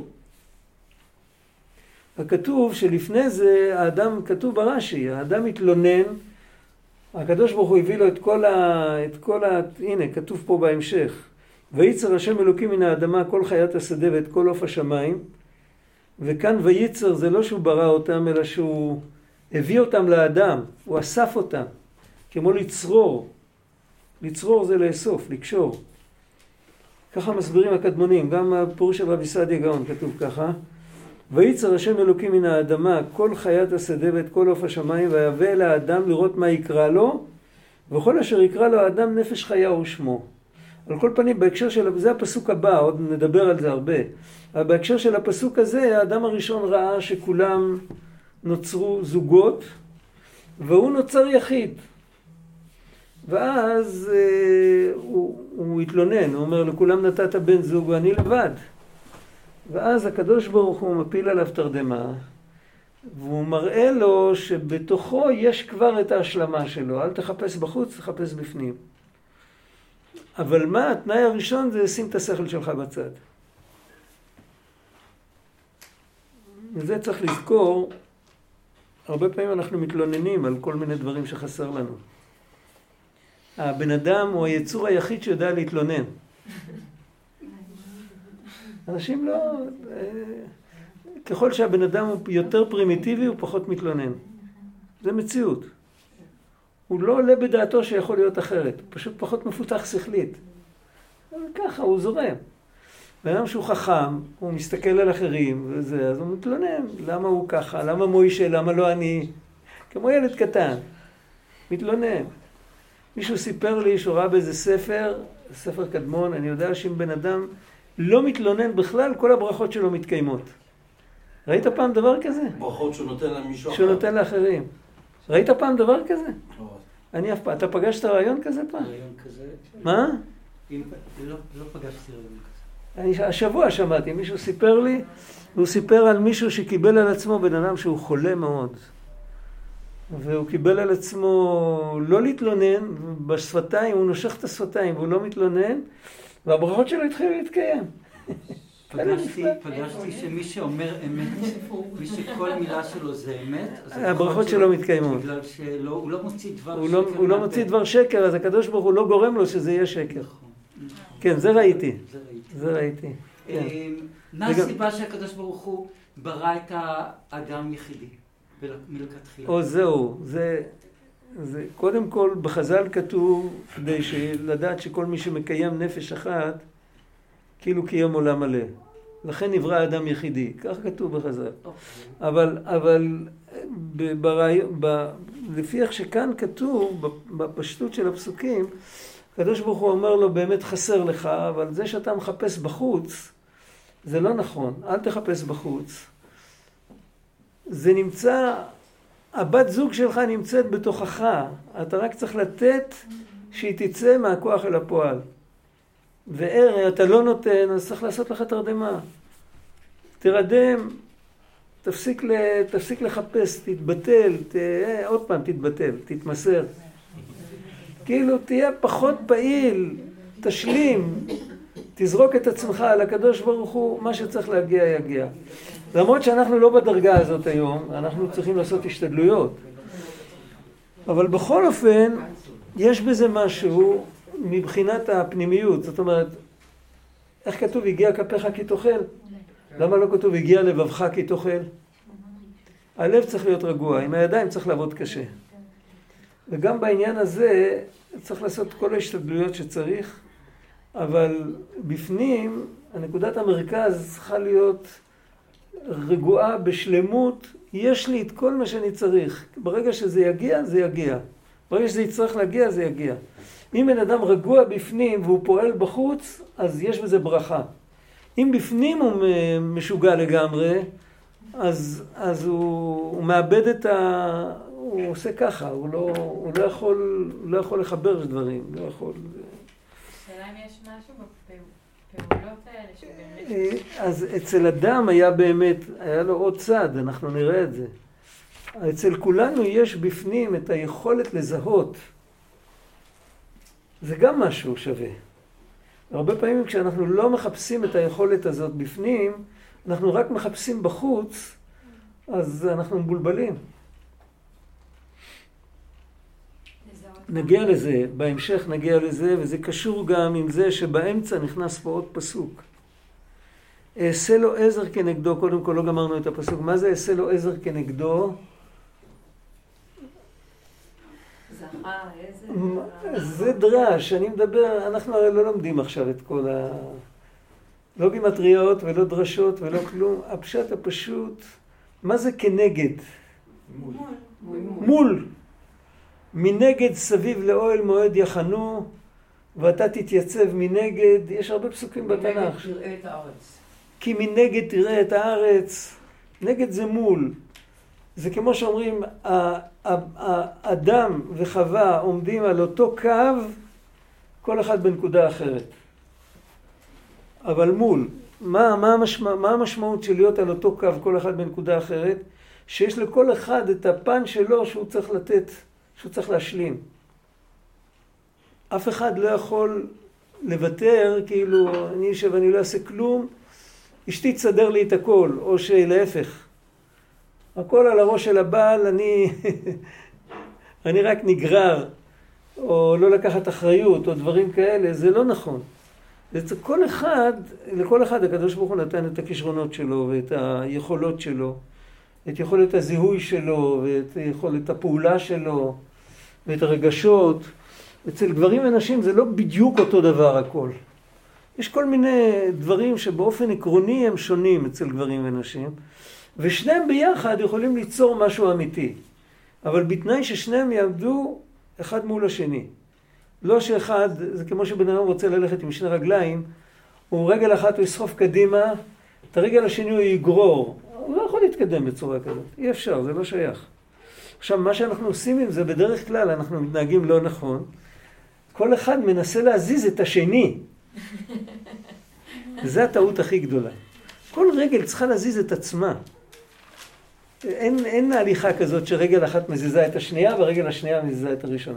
הכתוב שלפני זה, האדם, כתוב ברש"י, האדם התלונן, הקדוש ברוך הוא הביא לו הנה, כתוב פה בהמשך, וייצר השם אלוקים מן האדמה כל חיית השדה ואת כל עוף השמיים, וכאן וייצר זה לא שהוא ברא אותם, אלא שהוא הביא אותם לאדם, הוא אסף אותם, כמו לצרור. לצרור זה לאסוף, לקשור. ככה מסבירים הקדמונים, גם הפירוש של רבי סעדיה גאון כתוב ככה, וייצר השם אלוקים מן האדמה כל חיית השדה ואת כל עוף השמיים, ויבא אל האדם לראות מה יקרא לו, וכל אשר יקרא לו האדם נפש חיה הוא שמו. על כל פנים, בהקשר של, זה הפסוק הבא, עוד נדבר על זה הרבה, אבל בהקשר של הפסוק הזה, האדם הראשון ראה שכולם נוצרו זוגות, והוא נוצר יחיד. ואז הוא התלונן, הוא אומר, לכולם נתת בן זוג ואני לבד. ואז הקדוש ברוך הוא מפיל עליו תרדמה, והוא מראה לו שבתוכו יש כבר את ההשלמה שלו. אל תחפש בחוץ, תחפש בפנים. אבל מה? התנאי הראשון זה שים את השכל שלך בצד. וזה צריך לזכור, הרבה פעמים אנחנו מתלוננים על כל מיני דברים שחסר לנו. הבן אדם הוא היצור היחיד שיודע להתלונן. אנשים לא... ככל שהבן אדם הוא יותר פרימיטיבי, הוא פחות מתלונן. זה מציאות. הוא לא עולה בדעתו שיכול להיות אחרת. הוא פשוט פחות מפותח שכלית. ככה, הוא זורם. ואדם שהוא חכם, הוא מסתכל על אחרים, וזה, אז הוא מתלונן. למה הוא ככה? למה מוישה? למה לא אני? כמו ילד קטן. מתלונן. מישהו סיפר לי שהוא ראה באיזה ספר קדמון, אני יודע שאם בן אדם לא מתלונן בכלל, כל הברכות שלו מתקיימות. ראית פעם דבר כזה? ברכות שהוא נותן למישהו אחר. שהוא נותן לאחרים. ראית פעם דבר כזה? לא. אני אף פעם. אתה פגשת רעיון כזה פעם? רעיון כזה? מה? לא פגשתי רעיון כזה. השבוע שמעתי, מישהו סיפר לי, והוא סיפר על מישהו שקיבל על עצמו בן אדם שהוא חולה מאוד. והוא קיבל על עצמו לא להתלונן, בשפתיים, הוא נושך את השפתיים והוא לא מתלונן, והברכות שלו התחילו להתקיים. פגשתי שמי שאומר אמת, מי שכל מילה שלו זה אמת, הברכות שלו מתקיימות. בגלל שהוא לא מוציא דבר שקר. שקר. הוא לא מוציא דבר שקר, אז הקדוש ברוך הוא לא גורם לו שזה יהיה שקר. כן, זה ראיתי. זה ראיתי. מה הסיבה שהקדוש ברוך הוא ברא את האדם יחידי מלכתחילה? או זהו, זה קודם כל בחז"ל כתוב, כדי לדעת שכל מי שמקיים נפש אחת, כאילו קיים עולם מלא. לכן נברא האדם יחידי. כך כתוב בחז"ל. אבל לפי איך שכאן כתוב, בפשטות של הפסוקים, הקדוש ברוך הוא אומר לו, באמת חסר לך, אבל זה שאתה מחפש בחוץ, זה לא נכון. אל תחפש בחוץ. זה נמצא, הבת זוג שלך נמצאת בתוכך. אתה רק צריך לתת שהיא תצא מהכוח אל הפועל. אתה לא נותן, אז צריך לעשות לך תרדמה. תרדם, תפסיק לחפש, תתבטל, עוד פעם תתבטל, תתמסר. כאילו תהיה פחות פעיל, תשלים, תזרוק את עצמך על הקדוש ברוך הוא, מה שצריך להגיע יגיע. למרות שאנחנו לא בדרגה הזאת היום, אנחנו צריכים לעשות השתדלויות. אבל בכל אופן, יש בזה משהו מבחינת הפנימיות. זאת אומרת, איך כתוב, הגיע כפיך כי תאכל? למה לא כתוב, הגיע לבבך כי תאכל? הלב צריך להיות רגוע, עם הידיים צריך לעבוד קשה. וגם בעניין הזה צריך לעשות כל ההשתדלויות שצריך, אבל בפנים, הנקודת המרכז צריכה להיות רגועה בשלמות. יש לי את כל מה שאני צריך. ברגע שזה יגיע, זה יגיע. ברגע שזה יצטרך להגיע, זה יגיע. אם בן אדם רגוע בפנים והוא פועל בחוץ, אז יש בזה ברכה. אם בפנים הוא משוגע לגמרי, אז הוא מאבד הוא עושה ככה, הוא לא יכול לחבר דברים, לא יכול... שאלה אם יש משהו בפעולות האלה שבאמת... אז אצל אדם היה באמת, היה לו עוד צד, אנחנו נראה את זה. אצל כולנו יש בפנים את היכולת לזהות. זה גם משהו שווה. הרבה פעמים כשאנחנו לא מחפשים את היכולת הזאת בפנים, אנחנו רק מחפשים בחוץ, אז אנחנו מבולבלים. נגיע לזה, בהמשך נגיע לזה, וזה קשור גם עם זה שבאמצע נכנס פה עוד פסוק. אעשה לו עזר כנגדו, קודם כל לא גמרנו את הפסוק. מה זה אעשה לו עזר כנגדו? זה דרש, אני מדבר, אנחנו הרי לא לומדים עכשיו את כל לא גימטריות ולא דרשות ולא כלום. הפשט הפשוט, מה זה כנגד? מול. מנגד סביב לאוהל מועד יחנו, ואתה תתייצב מנגד. יש הרבה פסוקים בתנ"ך. מנגד תראה את הארץ. כי מנגד תראה את הארץ. נגד זה מול. זה כמו שאומרים, האדם וחווה עומדים על אותו קו, כל אחד בנקודה אחרת. אבל מול, מה המשמעות של להיות על אותו קו, כל אחד בנקודה אחרת? שיש לכל אחד את הפן שלו שהוא צריך לתת, שהוא צריך להשלים. אף אחד לא יכול לוותר, כאילו, אני יושב ואני לא אעשה כלום, אשתי תסדר לי את הכל, או שלהפך. הכל על הראש של הבעל, אני רק נגרר, או לא לקחת אחריות, או דברים כאלה, זה לא נכון. לכל אחד הקדוש ברוך הוא נתן את הכישרונות שלו, ואת היכולות שלו, את יכולת הזיהוי שלו, ואת יכולת הפעולה שלו, ואת הרגשות. אצל גברים ונשים זה לא בדיוק אותו דבר הכל. יש כל מיני דברים שבאופן עקרוני הם שונים אצל גברים ונשים, ושניהם ביחד יכולים ליצור משהו אמיתי. אבל בתנאי ששניהם יעמדו אחד מול השני. לא שאחד, זה כמו שבן אדם רוצה ללכת עם שני רגליים, הוא רגל אחת הוא יסחוף קדימה, את הרגל השני הוא יגרור. הוא לא יכול להתקדם בצורה כזאת. אי אפשר, זה לא שייך. עכשיו, מה שאנחנו עושים עם זה, בדרך כלל אנחנו מתנהגים לא נכון. כל אחד מנסה להזיז את השני. וזה הטעות הכי גדולה. כל רגל צריכה להזיז את עצמה. אין הליכה כזאת שרגל אחת מזיזה את השנייה, ורגל השנייה מזיזה את הראשונה.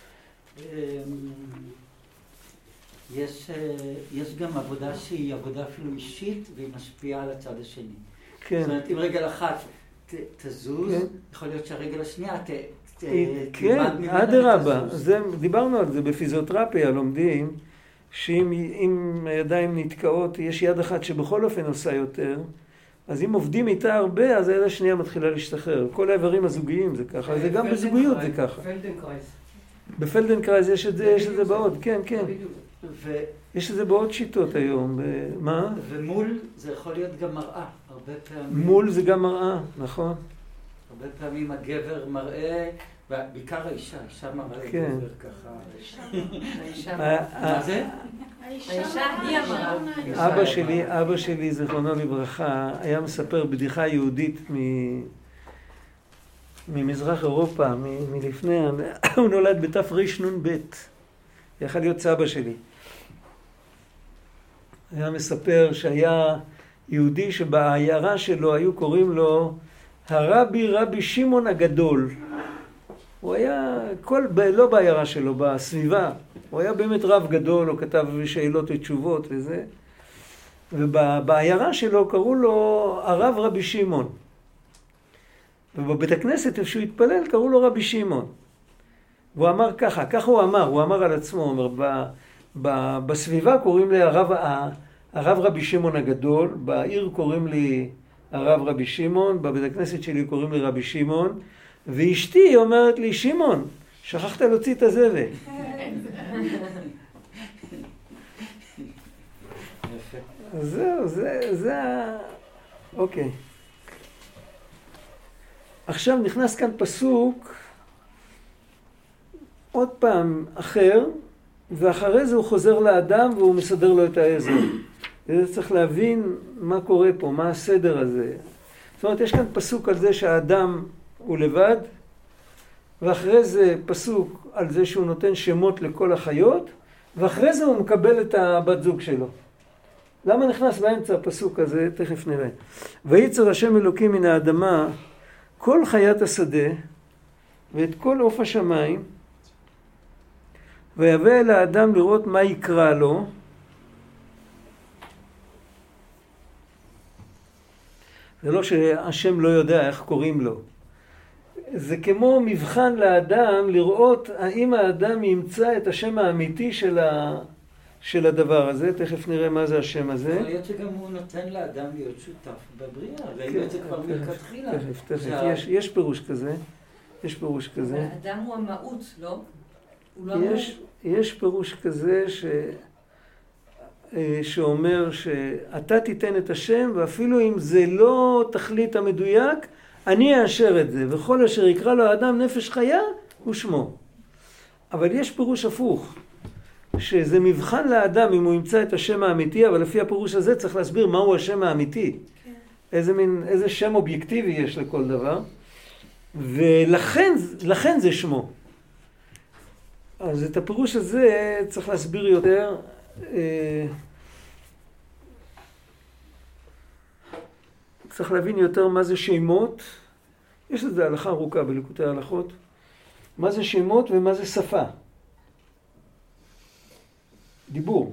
יש גם עבודה שהיא עבודה אפילו אישית, והיא משפיעה על הצד השני. כן. זאת אומרת, אם רגל אחת תזוז, יכול להיות שהרגל השנייה כן, אדרבה. דיברנו על זה בפיזיותרפיה, לומדים, שאם הידיים נתקעות, יש יד אחת שבכל אופן עושה יותר, אז אם עובדים איתה הרבה, אז היד השנייה מתחילה להשתחרר. כל האיברים הזוגיים זה ככה, זה גם בזוגיות זה ככה. בפלדנקרייז יש את זה בעוד, כן, כן. יש את זה בעוד שיטות היום. מה? ומול זה יכול להיות גם מראה, הרבה פעמים. מול זה גם מראה, נכון. הרבה פעמים הגבר מראה, בעיקר האישה מראה גבר ככה. מה זה? האישה היא המראה. אבא שלי, זיכרונו לברכה, היה מספר בדיחה יהודית ממזרח אירופה, מלפני, הוא נולד בתרנ"ב, יכול להיות סבא שלי. היה מספר שהיה יהודי שבעיירה שלו היו קוראים לו רבי שמעון הגדול. הוא היה, לא בעיירה שלו, בסביבה. הוא היה באמת רב גדול, הוא כתב שאלות ותשובות וזה. ובעיירה שלו קראו לו הרב רבי שמעון. ובבית הכנסת איפה שהוא התפלל קראו לו רבי שמעון. והוא אמר ככה הוא אמר על עצמו, הוא אומר, בסביבה קוראים לי הרב רבי שמעון הגדול, בעיר קוראים לי הרב רבי שמעון, בבית הכנסת שלי קוראים לי רבי שמעון, ואשתי אומרת לי, שמעון, שכחת להוציא את הזבל. אז זהו, זה אוקיי. עכשיו נכנס כאן פסוק, עוד פעם אחר, ואחרי זה הוא חוזר לאדם והוא מסדר לו את העזר. וזה צריך להבין מה קורה פה, מה הסדר הזה. זאת אומרת, יש כאן פסוק על זה שהאדם הוא לבד, ואחרי זה פסוק על זה שהוא נותן שמות לכל החיות, ואחרי זה הוא מקבל את הבת זוג שלו. למה נכנס באמצע הפסוק הזה? תכף נראה. וייצר השם אלוקים מן האדמה כל חיית השדה ואת כל עוף השמיים, ויבא אל האדם לראות מה יקרא לו. זה לא שהשם לא יודע איך קוראים לו. זה כמו מבחן לאדם לראות האם האדם ימצא את השם האמיתי של הדבר הזה. תכף נראה מה זה השם הזה. יכול להיות שגם הוא נותן לאדם להיות שותף בבריאה. ראינו את זה כבר מלכתחילה. תכף. יש פירוש כזה. האדם הוא המהות, לא? יש פירוש כזה שאומר שאתה תיתן את השם, ואפילו אם זה לא תכלית המדויק, אני אאשר את זה, וכל אשר יקרא לו האדם נפש חיה, הוא שמו. אבל יש פירוש הפוך, שזה מבחן לאדם אם הוא ימצא את השם האמיתי, אבל לפי הפירוש הזה צריך להסביר מהו השם האמיתי. איזה שם אובייקטיבי יש לכל דבר, ולכן זה שמו. אז את הפירוש הזה צריך להסביר יותר. צריך להבין יותר מה זה שמות. יש לזה הלכה ארוכה בליקוטי ההלכות. מה זה שמות ומה זה שפה. דיבור.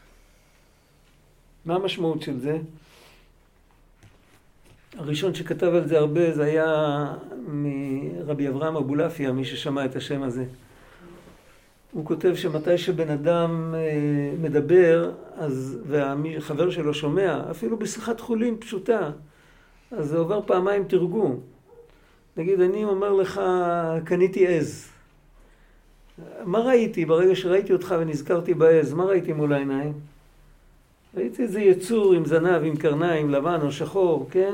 מה המשמעות של זה? הראשון שכתב על זה הרבה זה היה מרבי אברהם אבולעפיה, מי ששמע את השם הזה. הוא כותב שמתי שבן אדם מדבר, והחבר שלו שומע, אפילו בשיחת חולין פשוטה, אז זה עובר פעמיים תרגום. נגיד, אני אומר לך, קניתי עז. מה ראיתי? ברגע שראיתי אותך ונזכרתי בעז, מה ראיתי מול העיניים? ראיתי איזה יצור עם זנב, עם קרניים, לבן או שחור, כן?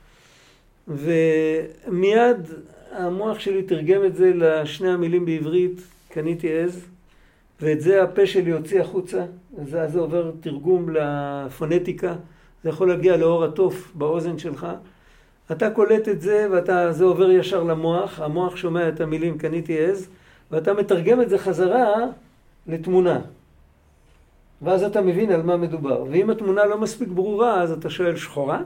ומיד המוח שלי תרגם את זה לשני המילים בעברית, קניתי עז, ואת זה הפה שלי הוציא החוצה. זה עובר תרגום לפונטיקה, זה יכול להגיע לאור התוף באוזן שלך. אתה קולט את זה וזה עובר ישר למוח, המוח שומע את המילים קניתי עז, ואתה מתרגם את זה חזרה לתמונה. ואז אתה מבין על מה מדובר. ואם התמונה לא מספיק ברורה, אז אתה שואל שחורה?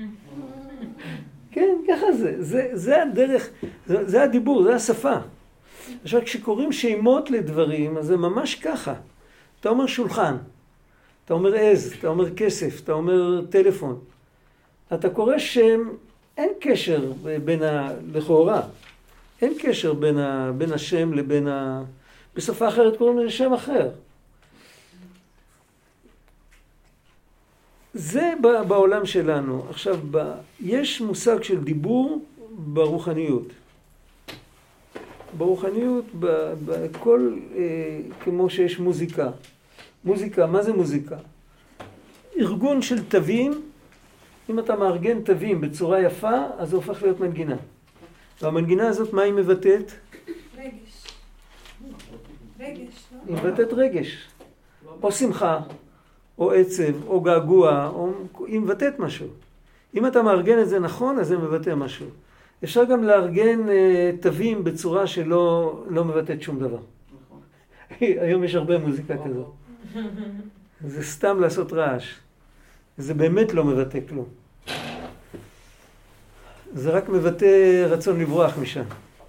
כן, ככה זה. זה הדרך, זה הדיבור, זה השפה. עכשיו, כשקוראים שמות לדברים, אז זה ממש ככה. אתה אומר שולחן, אתה אומר עז, אתה אומר כסף, אתה אומר טלפון. אתה קורא שם, אין קשר לכאורה. אין קשר בין השם לבין בשפה אחרת קוראים לזה שם אחר. זה בעולם שלנו. עכשיו, יש מושג של דיבור ברוחניות. ברוחניות, בכל, כמו שיש מוזיקה. מוזיקה, מה זה מוזיקה? ארגון של תווים. אם אתה מארגן תווים בצורה יפה, אז זה הופך להיות מנגינה. והמנגינה הזאת, מה היא מבטאת? רגש. רגש, לא? היא מבטאת רגש. או שמחה, או עצב, או געגוע, היא מבטאת משהו. אם אתה מארגן את זה נכון, אז זה מבטא משהו. אפשר גם לארגן תווים בצורה שלא מבטאת שום דבר. היום יש הרבה מוזיקה כזאת. זה סתם לעשות רעש. זה באמת לא מבטא כלום. זה רק מבטא רצון לברוח משם.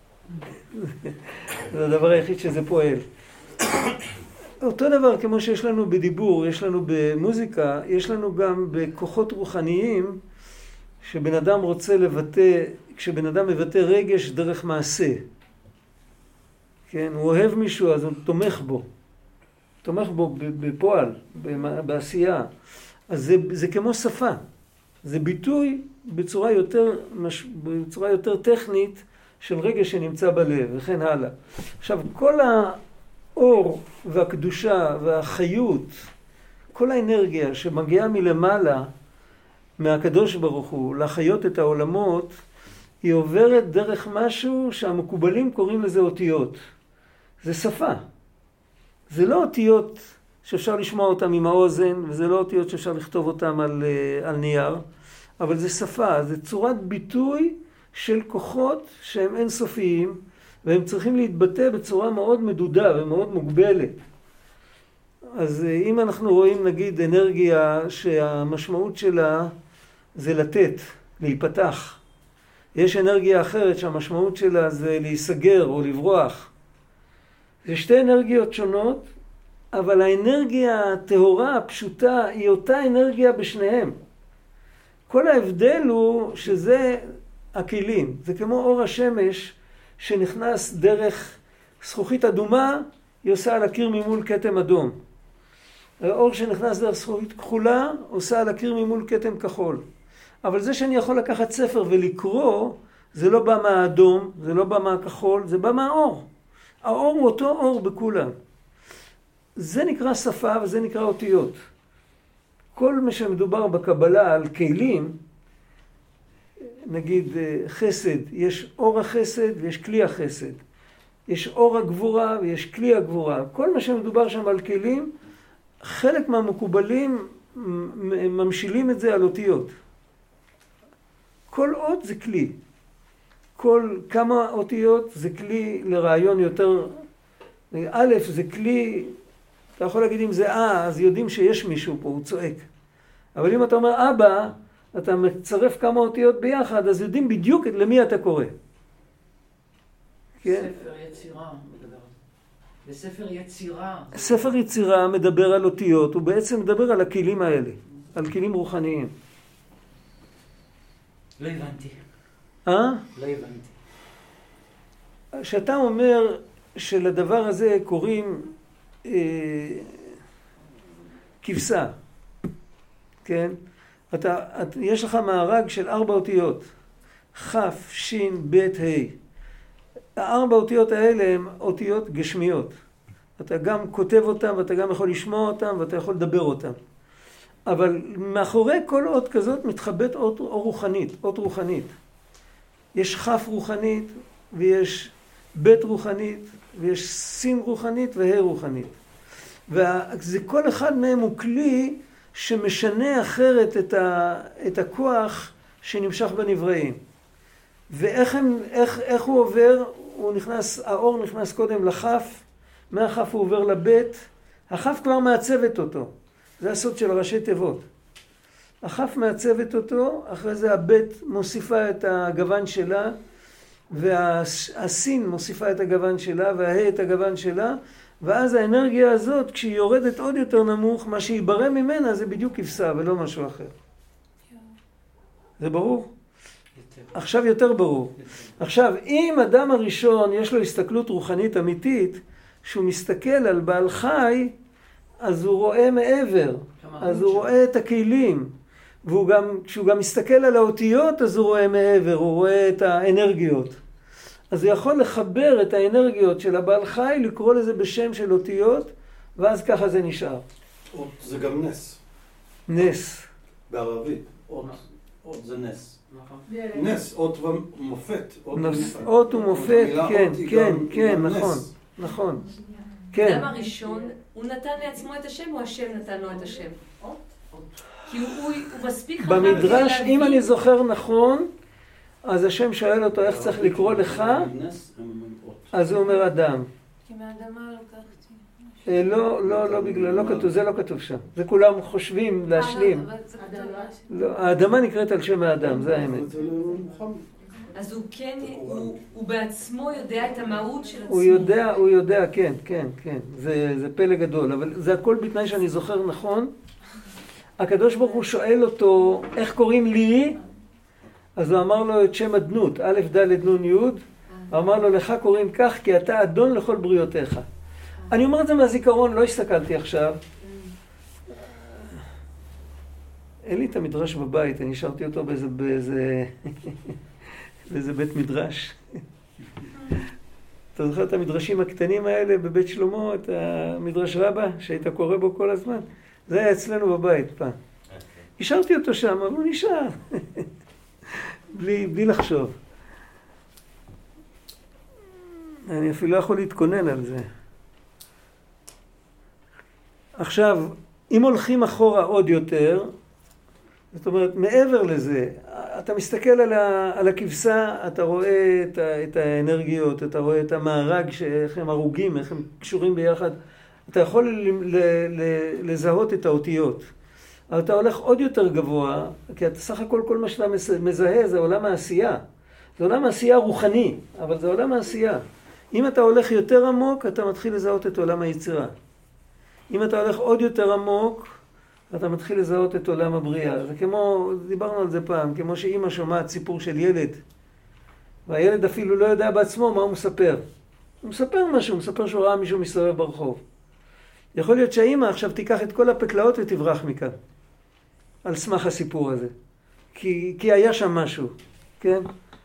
זה הדבר היחיד שזה פועל. אותו דבר כמו שיש לנו בדיבור, יש לנו במוזיקה, יש לנו גם בכוחות רוחניים, שבן אדם רוצה לבטא, כשבן אדם מבטא רגש דרך מעשה. כן, הוא אוהב מישהו, אז הוא תומך בו. תומך בו בפועל, בעשייה. אז זה כמו שפה. זה ביטוי בצורה יותר טכנית של רגש שנמצא בלב, וכן הלאה. עכשיו, כל האור והקדושה והחיות, כל האנרגיה שמגיעה מלמעלה, מהקדוש ברוך הוא, לחיות את העולמות, היא עוברת דרך משהו שהמקובלים קוראים לזה אותיות. זה שפה. זה לא אותיות שאפשר לשמוע אותם עם האוזן, וזה לא אותיות שאפשר לכתוב אותם על נייר, אבל זה שפה, זה צורת ביטוי של כוחות שהם אינסופיים, והם צריכים להתבטא בצורה מאוד מדודה ומאוד מוגבלת. אז אם אנחנו רואים נגיד אנרגיה שהמשמעות שלה זה לתת, להיפתח. יש אנרגיה אחרת שהמשמעות שלה זה להיסגר או לברוח. זה שתי אנרגיות שונות, אבל האנרגיה הטהורה, הפשוטה, היא אותה אנרגיה בשניהם. כל ההבדל הוא שזה הכלים. זה כמו אור השמש שנכנס דרך זכוכית אדומה, היא עושה על הקיר ממול כתם אדום. האור שנכנס דרך זכוכית כחולה, עושה על הקיר ממול כתם כחול. אבל זה שאני יכול לקחת ספר ולקרוא, זה לא בא מהאדום, זה לא בא מהכחול, זה בא מהאור. האור הוא אותו אור בכולם. זה נקרא שפה וזה נקרא אותיות. כל מה שמדובר בקבלה על כלים, נגיד חסד, יש אור החסד ויש כלי החסד. יש אור הגבורה ויש כלי הגבורה. כל מה שמדובר שם על כלים, חלק מהמקובלים ממשילים את זה על אותיות. כל אות זה כלי. כל כמה אותיות זה כלי לרעיון יותר. א' זה כלי, אתה יכול להגיד אם זה אז יודעים שיש מישהו פה, הוא צועק. אבל אם אתה אומר אבא, אתה מצרף כמה אותיות ביחד, אז יודעים בדיוק למי אתה קורא. כן? ספר יצירה מדבר. בספר יצירה. ספר יצירה מדבר על אותיות, הוא בעצם מדבר על הכלים האלה, על כלים רוחניים. לא הבנתי. לא הבנתי. שאתה אומר שלדבר הזה קוראים כבשה, כן? יש לך מארג של 4 אותיות, כ', ש', ב', ה'. 4 אותיות האלה הן אותיות גשמיות. אתה גם כותב אותם ואתה גם יכול לשמוע אותם ואתה יכול לדבר אותם. אבל מאחורי כל אות כזאת מתחבאת אות רוחנית. יש כ' רוחנית ויש ב' רוחנית ויש ש' רוחנית וה' רוחנית. וזה כל אחד מהם הוא כלי שמשנה אחרת את הכוח שנמשך בנבראים. ואיך הוא עובר? האור נכנס קודם לכף, מהכף הוא עובר לבית, הכף כבר מעצבת אותו. זה הסוד של ראשי תיבות. הכף מעצבת אותו, אחרי זה הבית מוסיפה את הגוון שלה, והסין מוסיפה את הגוון שלה, והה את הגוון שלה, ואז האנרגיה הזאת, כשהיא יורדת עוד יותר נמוך, מה שיברא ממנה זה בדיוק כבשה ולא משהו אחר. זה ברור? עכשיו יותר ברור. עכשיו, אם אדם הראשון יש לו הסתכלות רוחנית אמיתית, שהוא מסתכל על בעל חי, אז הוא רואה מעבר, אז הוא רואה את הכלים, וכשהוא גם מסתכל על האותיות, אז הוא רואה מעבר, הוא רואה את האנרגיות. אז הוא יכול לחבר את האנרגיות של הבעל חי, לקרוא לזה בשם של אותיות, ואז ככה זה נשאר. אות זה גם נס. נס. בערבית, אות זה נס. נס, אות ומופת. אות ומופת, כן, נכון. האדם הראשון, הוא נתן לעצמו את השם, או השם נתן לו את השם? כי הוא מספיק חכם. במדרש, אם אני זוכר נכון, אז השם שואל אותו איך צריך לקרוא לך, אז הוא אומר אדם. כי מהאדמה לקחתי. לא בגלל, לא כתוב, זה לא כתוב שם. זה כולם חושבים להשלים. האדמה נקראת על שם האדם, זה האמת. אז הוא כן, הוא בעצמו יודע את המהות של עצמו. הוא יודע, כן. זה פלא גדול, אבל זה הכל בתנאי שאני זוכר נכון. הקדוש ברוך הוא שואל אותו, איך קוראים לי? אז הוא אמר לו את שם אדנות, א' ד' נ' י'. הוא אמר לו, לך קוראים כך, כי אתה אדון לכל בריאותיך. אני אומר את זה מהזיכרון, לא הסתכלתי עכשיו. אין לי את המדרש בבית, אני השארתי אותו באיזה בית מדרש. אתה זוכר את המדרשים הקטנים האלה בבית שלמה, את המדרש רבה, שהיית קורא בו כל הזמן? זה היה אצלנו בבית פעם. השארתי אותו שם, אבל הוא נשאר. בלי לחשוב. אני אפילו לא יכול להתכונן על זה. עכשיו, אם הולכים אחורה עוד יותר, זאת אומרת, מעבר לזה, אתה מסתכל על הכבשה, אתה רואה את האנרגיות, אתה רואה את המארג, איך הם הרוגים, איך הם קשורים ביחד. אתה יכול לזהות את האותיות. אבל אתה הולך עוד יותר גבוה, כי אתה סך הכל כל מה שאתה מזהה זה עולם העשייה. זה עולם העשייה רוחני, אבל זה עולם העשייה. אם אתה הולך יותר עמוק, אתה מתחיל לזהות את עולם היצירה. אם אתה הולך עוד יותר עמוק, אתה מתחיל לזהות את עולם הבריאה. זה כמו, דיברנו על זה פעם, כמו שאמא שומעת סיפור של ילד, והילד אפילו לא יודע בעצמו מה הוא מספר. הוא מספר משהו, הוא מספר שהוא ראה מישהו מסתובב ברחוב. יכול להיות שהאמא עכשיו תיקח את כל הפתלאות ותברח מכאן, על סמך הסיפור הזה. כי היה שם משהו, כן?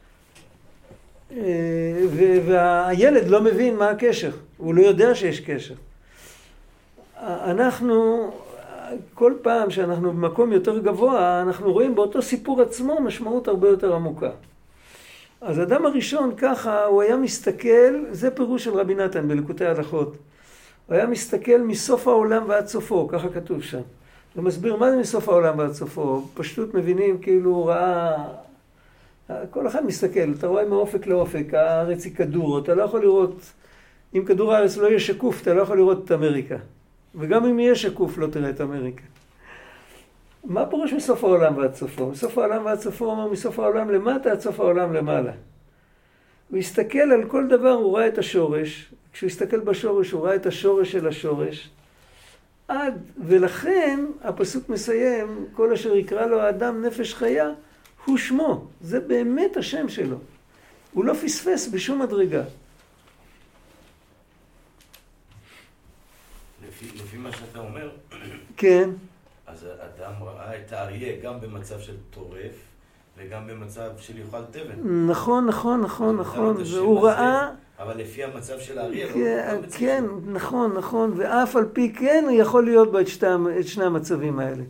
והילד לא מבין מה הקשר, הוא לא יודע שיש קשר. אנחנו, כל פעם שאנחנו במקום יותר גבוה, אנחנו רואים באותו סיפור עצמו משמעות הרבה יותר עמוקה. אז האדם הראשון ככה, הוא היה מסתכל, זה פירוש של רבי נתן בליקוטי ההלכות. הוא היה מסתכל מסוף העולם ועד סופו, ככה כתוב שם. הוא מסביר מה זה מסוף העולם ועד סופו. פשטות מבינים כאילו הוא ראה, כל אחד מסתכל, אתה רואה מאופק לאופק, הארץ היא כדור, אתה לא יכול לראות, אם כדור הארץ לא יהיה שקוף, אתה לא יכול לראות את אמריקה. וגם אם יהיה שקוף, לא תראה את אמריקה. מה פירוש מסוף העולם ועד סופו? מסוף העולם ועד סופו אומר מסוף העולם למטה עד סוף העולם למעלה. הוא הסתכל על כל דבר, הוא ראה את השורש. כשהוא הסתכל בשורש, הוא ראה את השורש של השורש. ולכן הפסוק מסיים, כל אשר יקרא לו האדם נפש חיה, הוא שמו. זה באמת השם שלו. הוא לא פספס בשום מדרגה. לפי מה שאתה אומר, כן. אז האדם ראה את האריה גם במצב של טורף וגם במצב של יאכל תבן. נכון. והוא ראה... אבל לפי המצב של האריה, כן, נכון. ואף על פי כן הוא יכול להיות בה את שני המצבים האלה.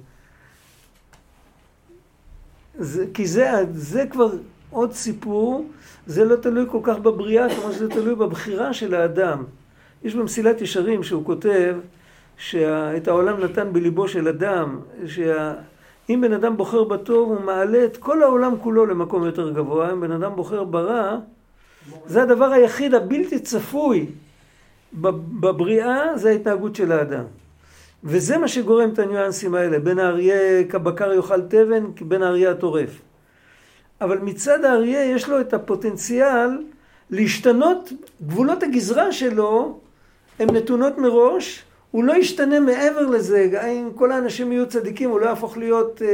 כי זה כבר עוד סיפור, זה לא תלוי כל כך בבריאה כמו שזה תלוי בבחירה של האדם. יש במסילת ישרים שהוא כותב שאת העולם נתן בליבו של אדם, שאם בן אדם בוחר בטוב הוא מעלה את כל העולם כולו למקום יותר גבוה, אם בן אדם בוחר ברע, זה הדבר היחיד הבלתי צפוי בבריאה, זה ההתנהגות של האדם. וזה מה שגורם את הניואנסים האלה, בין האריה כבקר יאכל תבן, בין האריה הטורף. אבל מצד האריה יש לו את הפוטנציאל להשתנות, גבולות הגזרה שלו הן נתונות מראש, הוא לא ישתנה מעבר לזה, אם כל האנשים יהיו צדיקים, הוא לא יהפוך להיות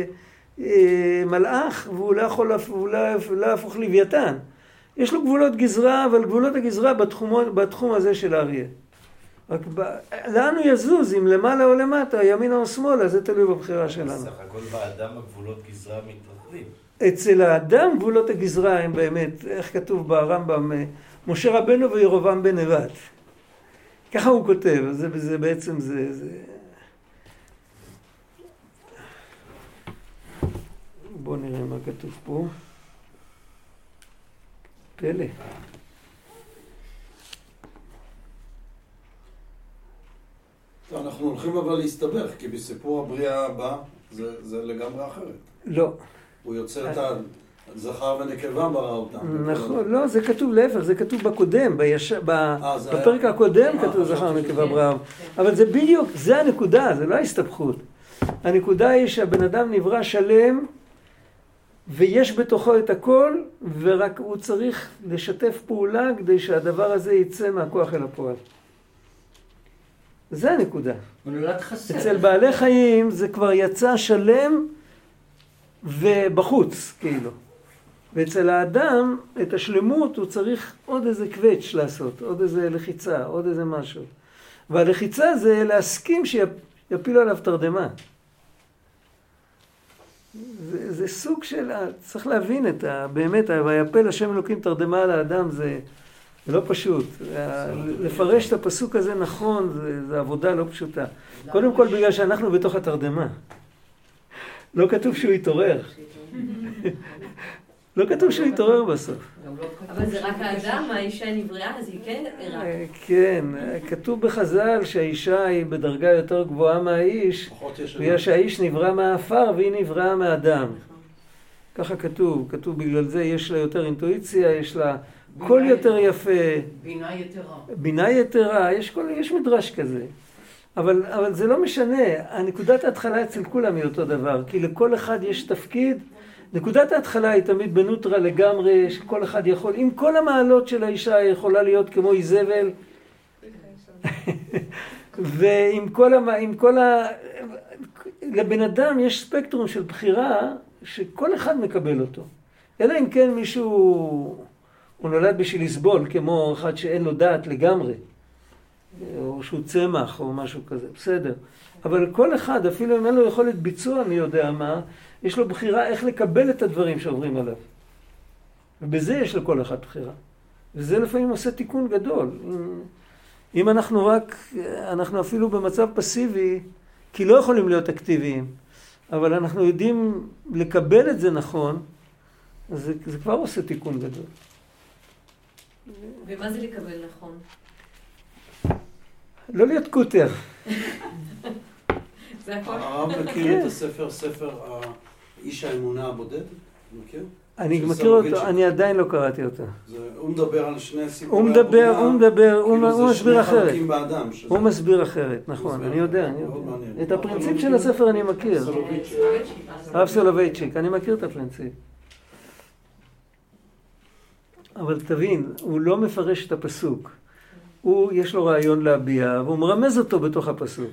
מלאך, והוא לא יהפוך לוויתן. יש לו גבולות גזרה, אבל גבולות הגזרה בתחום הזה של האריה. רק לאן הוא יזוז, אם למעלה או למטה, ימינה או שמאלה, זה תלוי בבחירה שלנו. בסך הכל באדם הגבולות גזרה מתרחבים. אצל האדם גבולות הגזרה הם באמת, איך כתוב ברמב"ם, משה רבנו וירובעם בן נבט. ככה הוא כותב, זה בעצם זה... בואו נראה מה כתוב פה. פלא. אנחנו הולכים אבל להסתבך, כי בסיפור הבריאה הבא זה לגמרי אחרת. לא. הוא יוצר את הזכר ונקבה ברא אותם. נכון, לא, זה כתוב להפך, זה כתוב בקודם, בפרק הקודם כתוב זכר ונקבה ברא. אבל זה בדיוק, זה הנקודה, זה לא ההסתבכות. הנקודה היא שהבן אדם נברא שלם, ויש בתוכו את הכל, ורק הוא צריך לשתף פעולה כדי שהדבר הזה יצא מהכוח אל הפועל. זה הנקודה. הוא נולד חסר. אצל בעלי חיים זה כבר יצא שלם ובחוץ, כאילו. ואצל האדם, את השלמות הוא צריך עוד איזה קווץ' לעשות, עוד איזה לחיצה, עוד איזה משהו. והלחיצה זה להסכים שיפילו עליו תרדמה. זה סוג של, צריך להבין את באמת, ויפל השם אלוקים תרדמה על האדם, זה לא פשוט. לפרש את הפסוק הזה נכון, זה עבודה לא פשוטה. קודם כל בגלל שאנחנו בתוך התרדמה. לא כתוב שהוא יתעורר. לא כתוב שהוא יתעורר בסוף. אבל זה רק האדם, האישה נבראה, אז היא כן ערה. כן, כתוב בחז"ל שהאישה היא בדרגה יותר גבוהה מהאיש, בגלל שהאיש נברא מהעפר והיא נבראה מהאדם. ככה כתוב, בגלל זה יש לה יותר אינטואיציה, יש לה קול יותר יפה. בינה יתרה. בינה יתרה, יש מדרש כזה. אבל זה לא משנה, הנקודת ההתחלה אצל כולם היא אותו דבר, כי לכל אחד יש תפקיד. נקודת ההתחלה היא תמיד בנוטרה לגמרי, שכל אחד יכול, עם כל המעלות של האישה יכולה להיות כמו איזבל, ועם כל לבן אדם יש ספקטרום של בחירה שכל אחד מקבל אותו. אלא אם כן מישהו, הוא נולד בשביל לסבול, כמו אחד שאין לו דעת לגמרי, או שהוא צמח או משהו כזה, בסדר. אבל כל אחד, אפילו אם אין לו יכולת ביצוע, מי יודע מה, יש לו בחירה איך לקבל את הדברים שעוברים עליו. ובזה יש לכל אחד בחירה. וזה לפעמים עושה תיקון גדול. אם אנחנו אפילו במצב פסיבי, כי לא יכולים להיות אקטיביים, אבל אנחנו יודעים לקבל את זה נכון, אז זה כבר עושה תיקון גדול. ומה זה לקבל נכון? לא להיות קוטר. זה הכל? הרב מכיר את הספר, ספר איש האמונה הבודד? מכיר? אני מכיר אותו, אני עדיין לא קראתי אותו. הוא מדבר על שני סיפורי הוא מסביר אחרת. באדם, הוא מסביר אחרת, נכון, אני יודע. את הפרינציפ של הספר אני מכיר. הרב סולובייצ'יק, אני מכיר את הפרינציפ. אבל תבין, הוא לא מפרש את הפסוק. יש לו רעיון להביע, והוא מרמז אותו בתוך הפסוק.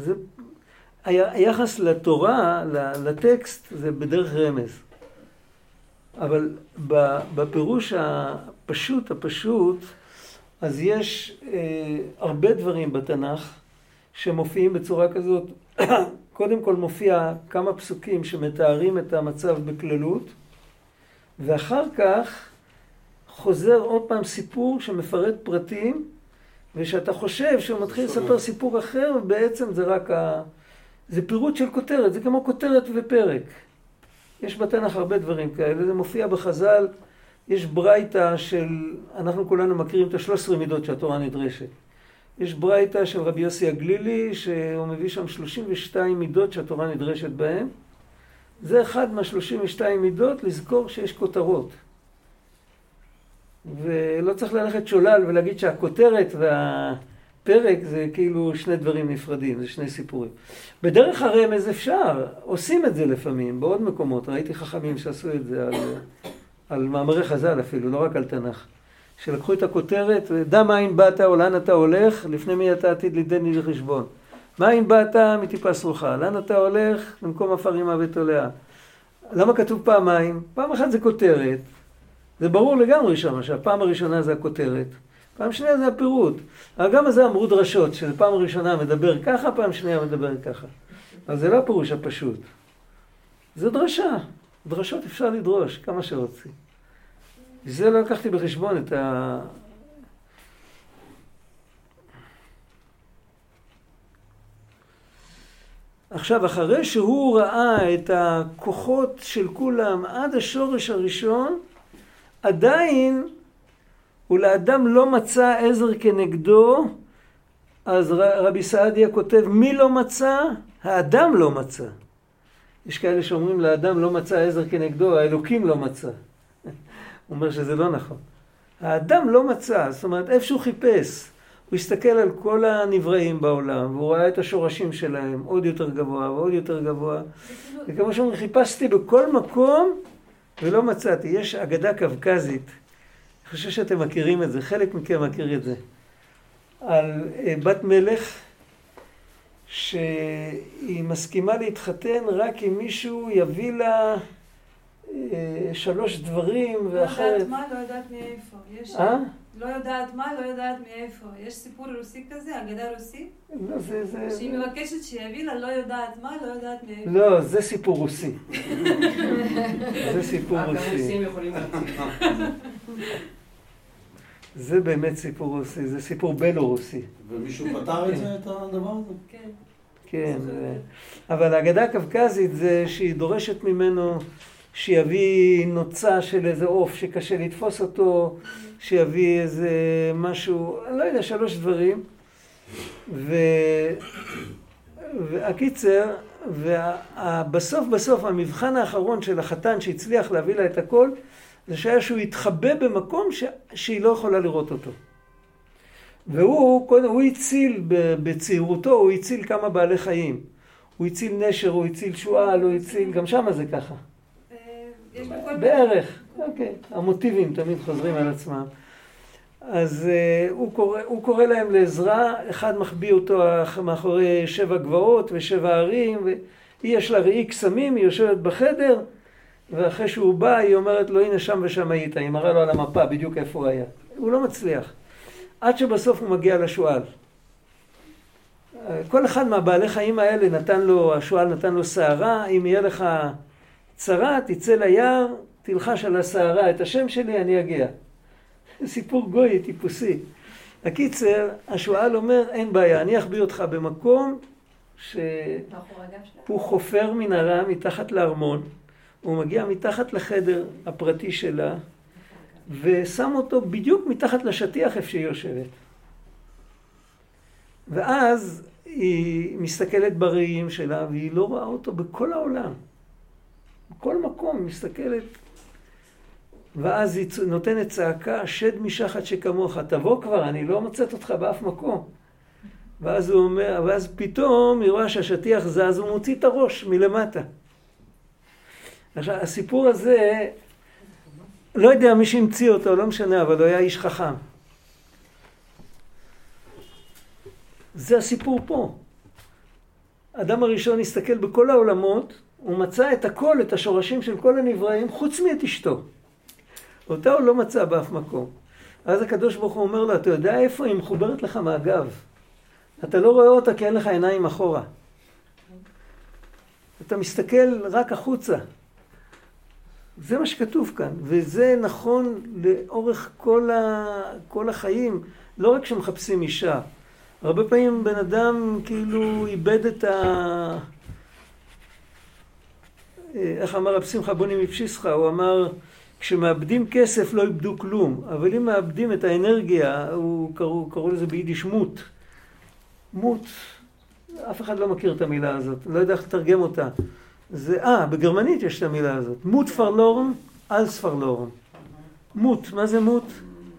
היחס לתורה, לטקסט, זה בדרך רמז. אבל בפירוש הפשוט, אז יש הרבה דברים בתנ"ך שמופיעים בצורה כזאת. קודם כל מופיע כמה פסוקים שמתארים את המצב בכללות, ואחר כך חוזר עוד פעם סיפור שמפרט פרטים, ושאתה חושב שהוא מתחיל לספר סיפור אחר, ובעצם זה רק זה פירוט של כותרת, זה כמו כותרת ופרק. יש בתנ"ך הרבה דברים כאלה, זה מופיע בחז"ל, יש ברייתא של, אנחנו כולנו מכירים את 13 מידות שהתורה נדרשת. יש ברייתא של רבי יוסי הגלילי, שהוא מביא שם 32 מידות שהתורה נדרשת בהן. זה אחד מה-32 מידות, לזכור שיש כותרות. ולא צריך ללכת שולל ולהגיד שהכותרת והפרק זה כאילו שני דברים נפרדים, זה שני סיפורים. בדרך הרמז אפשר, עושים את זה לפעמים, בעוד מקומות. ראיתי חכמים שעשו את זה על מאמרי חז"ל אפילו, לא רק על תנ"ך. שלקחו את הכותרת, דע מאין באת או לאן אתה הולך, לפני מי אתה עתיד ליתן לי חשבון. מאין באת מטיפה סרוחה, לאן אתה הולך, במקום עפר אימה ותולעה. למה כתוב פעמיים? פעם אחת זה כותרת. זה ברור לגמרי שם, שהפעם הראשונה זה הכותרת, פעם שנייה זה הפירוט. אבל גם זה אמרו דרשות, שפעם הראשונה מדבר ככה, פעם שנייה מדבר ככה. אז זה לא הפירוש הפשוט. זה דרשה. דרשות אפשר לדרוש, כמה שרוצים. זה לא לקחתי בחשבון את עכשיו, אחרי שהוא ראה את הכוחות של כולם עד השורש הראשון, עדיין הוא לאדם לא מצא עזר כנגדו, אז רבי סעדיה כותב, מי לא מצא? האדם לא מצא. יש כאלה שאומרים, לאדם לא מצא עזר כנגדו, האלוקים לא מצא. הוא אומר שזה לא נכון. האדם לא מצא, זאת אומרת, איפה שהוא חיפש, הוא הסתכל על כל הנבראים בעולם, והוא ראה את השורשים שלהם עוד יותר גבוה ועוד יותר גבוה. וכמו שאומרים, חיפשתי בכל מקום, ולא מצאתי. יש אגדה קווקזית, אני חושב שאתם מכירים את זה, חלק מכם מכיר את זה, על בת מלך שהיא מסכימה להתחתן רק אם מישהו יביא לה 3 דברים ואחרת. לא יודעת מה, לא יודעת מאיפה. לא יודעת מה, לא יודעת מאיפה. יש סיפור רוסי כזה, אגדה רוסית? לא, זה... שהיא מבקשת שיביא לה לא יודעת מה, לא יודעת מאיפה. לא, זה סיפור רוסי. זה סיפור רוסי. הרוסים יכולים להציג. זה באמת סיפור רוסי, זה סיפור בלורוסי. ומישהו פתר את זה, את הדבר הזה? כן. כן, אבל האגדה הקווקזית זה שהיא דורשת ממנו שיביא נוצה של איזה עוף שקשה לתפוס אותו, שיביא איזה משהו, אני לא יודע, 3 דברים. והקיצר, בסוף המבחן האחרון של החתן שהצליח להביא לה את הכל, זה שהיה שהוא התחבא במקום שהיא לא יכולה לראות אותו. הוא הציל בצעירותו, הוא הציל כמה בעלי חיים. הוא הציל נשר, הוא הציל שועל, הוא הציל, גם שם זה ככה. בערך, אוקיי. המוטיבים תמיד חוזרים על עצמם. אז הוא קורא להם לעזרה, אחד מחביא אותו מאחורי 7 גבעות ו7 ערים, והיא יש לה ראי קסמים, היא יושבת בחדר, ואחרי שהוא בא היא אומרת לו, הנה שם ושם היית, היא מראה לו על המפה בדיוק איפה הוא היה. הוא לא מצליח. עד שבסוף הוא מגיע לשועל. כל אחד מהבעלי חיים האלה נתן לו, השועל נתן לו שערה, אם יהיה לך צרה, תצא ליער, תלחש על השערה את השם שלי, אני אגיע. סיפור גוי, טיפוסי. הקיצר, השועל אומר, אין בעיה, אני אחביא אותך במקום שהוא חופר מנהרה מתחת לארמון, הוא מגיע מתחת לחדר הפרטי שלה, ושם אותו בדיוק מתחת לשטיח איפה שהיא יושבת. ואז היא מסתכלת בראיים שלה, והיא לא רואה אותו בכל העולם. בכל מקום היא מסתכלת. ואז היא נותנת צעקה, שד משחת שכמוך, תבוא כבר, אני לא מוצאת אותך באף מקום. ואז הוא אומר, ואז פתאום היא רואה שהשטיח זז, הוא מוציא את הראש מלמטה. עכשיו, הסיפור הזה, לא יודע מי שהמציא אותו, לא משנה, אבל הוא היה איש חכם. זה הסיפור פה. האדם הראשון הסתכל בכל העולמות, הוא מצא את הכל, את השורשים של כל הנבראים, חוץ מאת אשתו. אותה הוא לא מצא באף מקום. אז הקדוש ברוך הוא אומר לו, אתה יודע איפה היא מחוברת לך מהגב? אתה לא רואה אותה כי אין לך עיניים אחורה. אתה מסתכל רק החוצה. זה מה שכתוב כאן, וזה נכון לאורך כל החיים, לא רק שמחפשים אישה. הרבה פעמים בן אדם כאילו איבד את איך אמר רב שמחה בוני מפשיסחה, הוא אמר, כשמאבדים כסף לא איבדו כלום, אבל אם מאבדים את האנרגיה, קראו לזה ביידיש מות. מות, אף אחד לא מכיר את המילה הזאת, לא יודע איך לתרגם אותה. זה, בגרמנית יש את המילה הזאת. מות פרלורן, אלס פרלורן. מות, מה זה מות?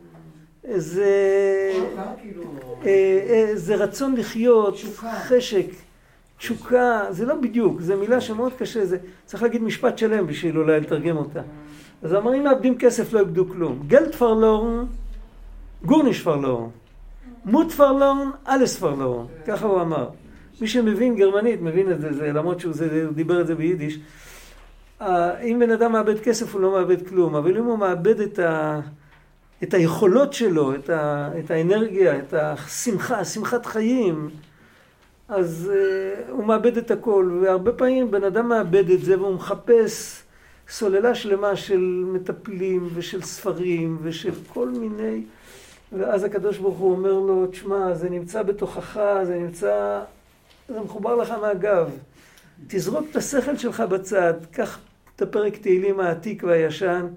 זה רצון לחיות, חשק, תשוקה, זה לא בדיוק, זה מילה שמאוד קשה, זה צריך להגיד משפט שלם בשביל אולי לתרגם אותה. אז אמר, אם מאבדים כסף לא איבדו כלום. גלד פרלורן, גורניש פרלורן. מות פרלורן, אלס פרלורן. ככה הוא אמר. מי שמבין גרמנית מבין את זה, למרות שהוא דיבר את זה ביידיש. אם בן אדם מאבד כסף הוא לא מאבד כלום, אבל אם הוא מאבד את היכולות שלו, את האנרגיה, את השמחה, שמחת חיים, אז הוא מאבד את הכל. והרבה פעמים בן אדם מאבד את זה והוא מחפש סוללה שלמה של מטפלים ושל ספרים ושל כל מיני, ואז הקדוש ברוך הוא אומר לו, תשמע, זה נמצא בתוכך, זה מחובר לך מהגב. תזרוק את השכל שלך בצד, קח את הפרק תהילים העתיק והישן,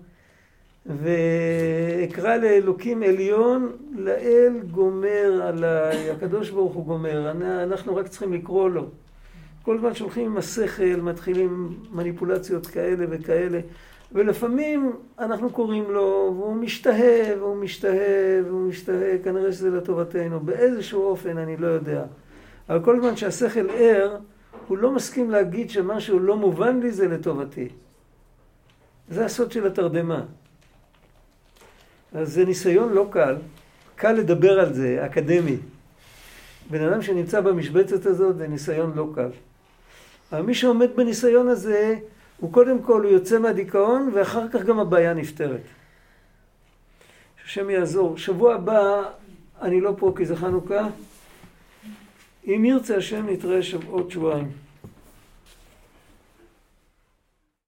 ואקרא לאלוקים עליון, לאל גומר עליי, הקדוש ברוך הוא גומר, אנחנו רק צריכים לקרוא לו. כל זמן שהולכים עם השכל, מתחילים מניפולציות כאלה וכאלה, ולפעמים אנחנו קוראים לו, והוא משתהה, והוא משתהה, והוא משתהה, כנראה שזה לטובתנו, באיזשהו אופן, אני לא יודע. אבל כל זמן שהשכל ער, הוא לא מסכים להגיד שמשהו לא מובן לי, זה לטובתי. זה הסוד של התרדמה. אז זה ניסיון לא קל, קל לדבר על זה, אקדמי. בן אדם שנמצא במשבצת הזאת, זה ניסיון לא קל. אבל מי שעומד בניסיון הזה, הוא קודם כל הוא יוצא מהדיכאון, ואחר כך גם הבעיה נפתרת. השם יעזור. שבוע הבא, אני לא פה כי זה חנוכה. אם ירצה השם נתראה עוד שבועיים.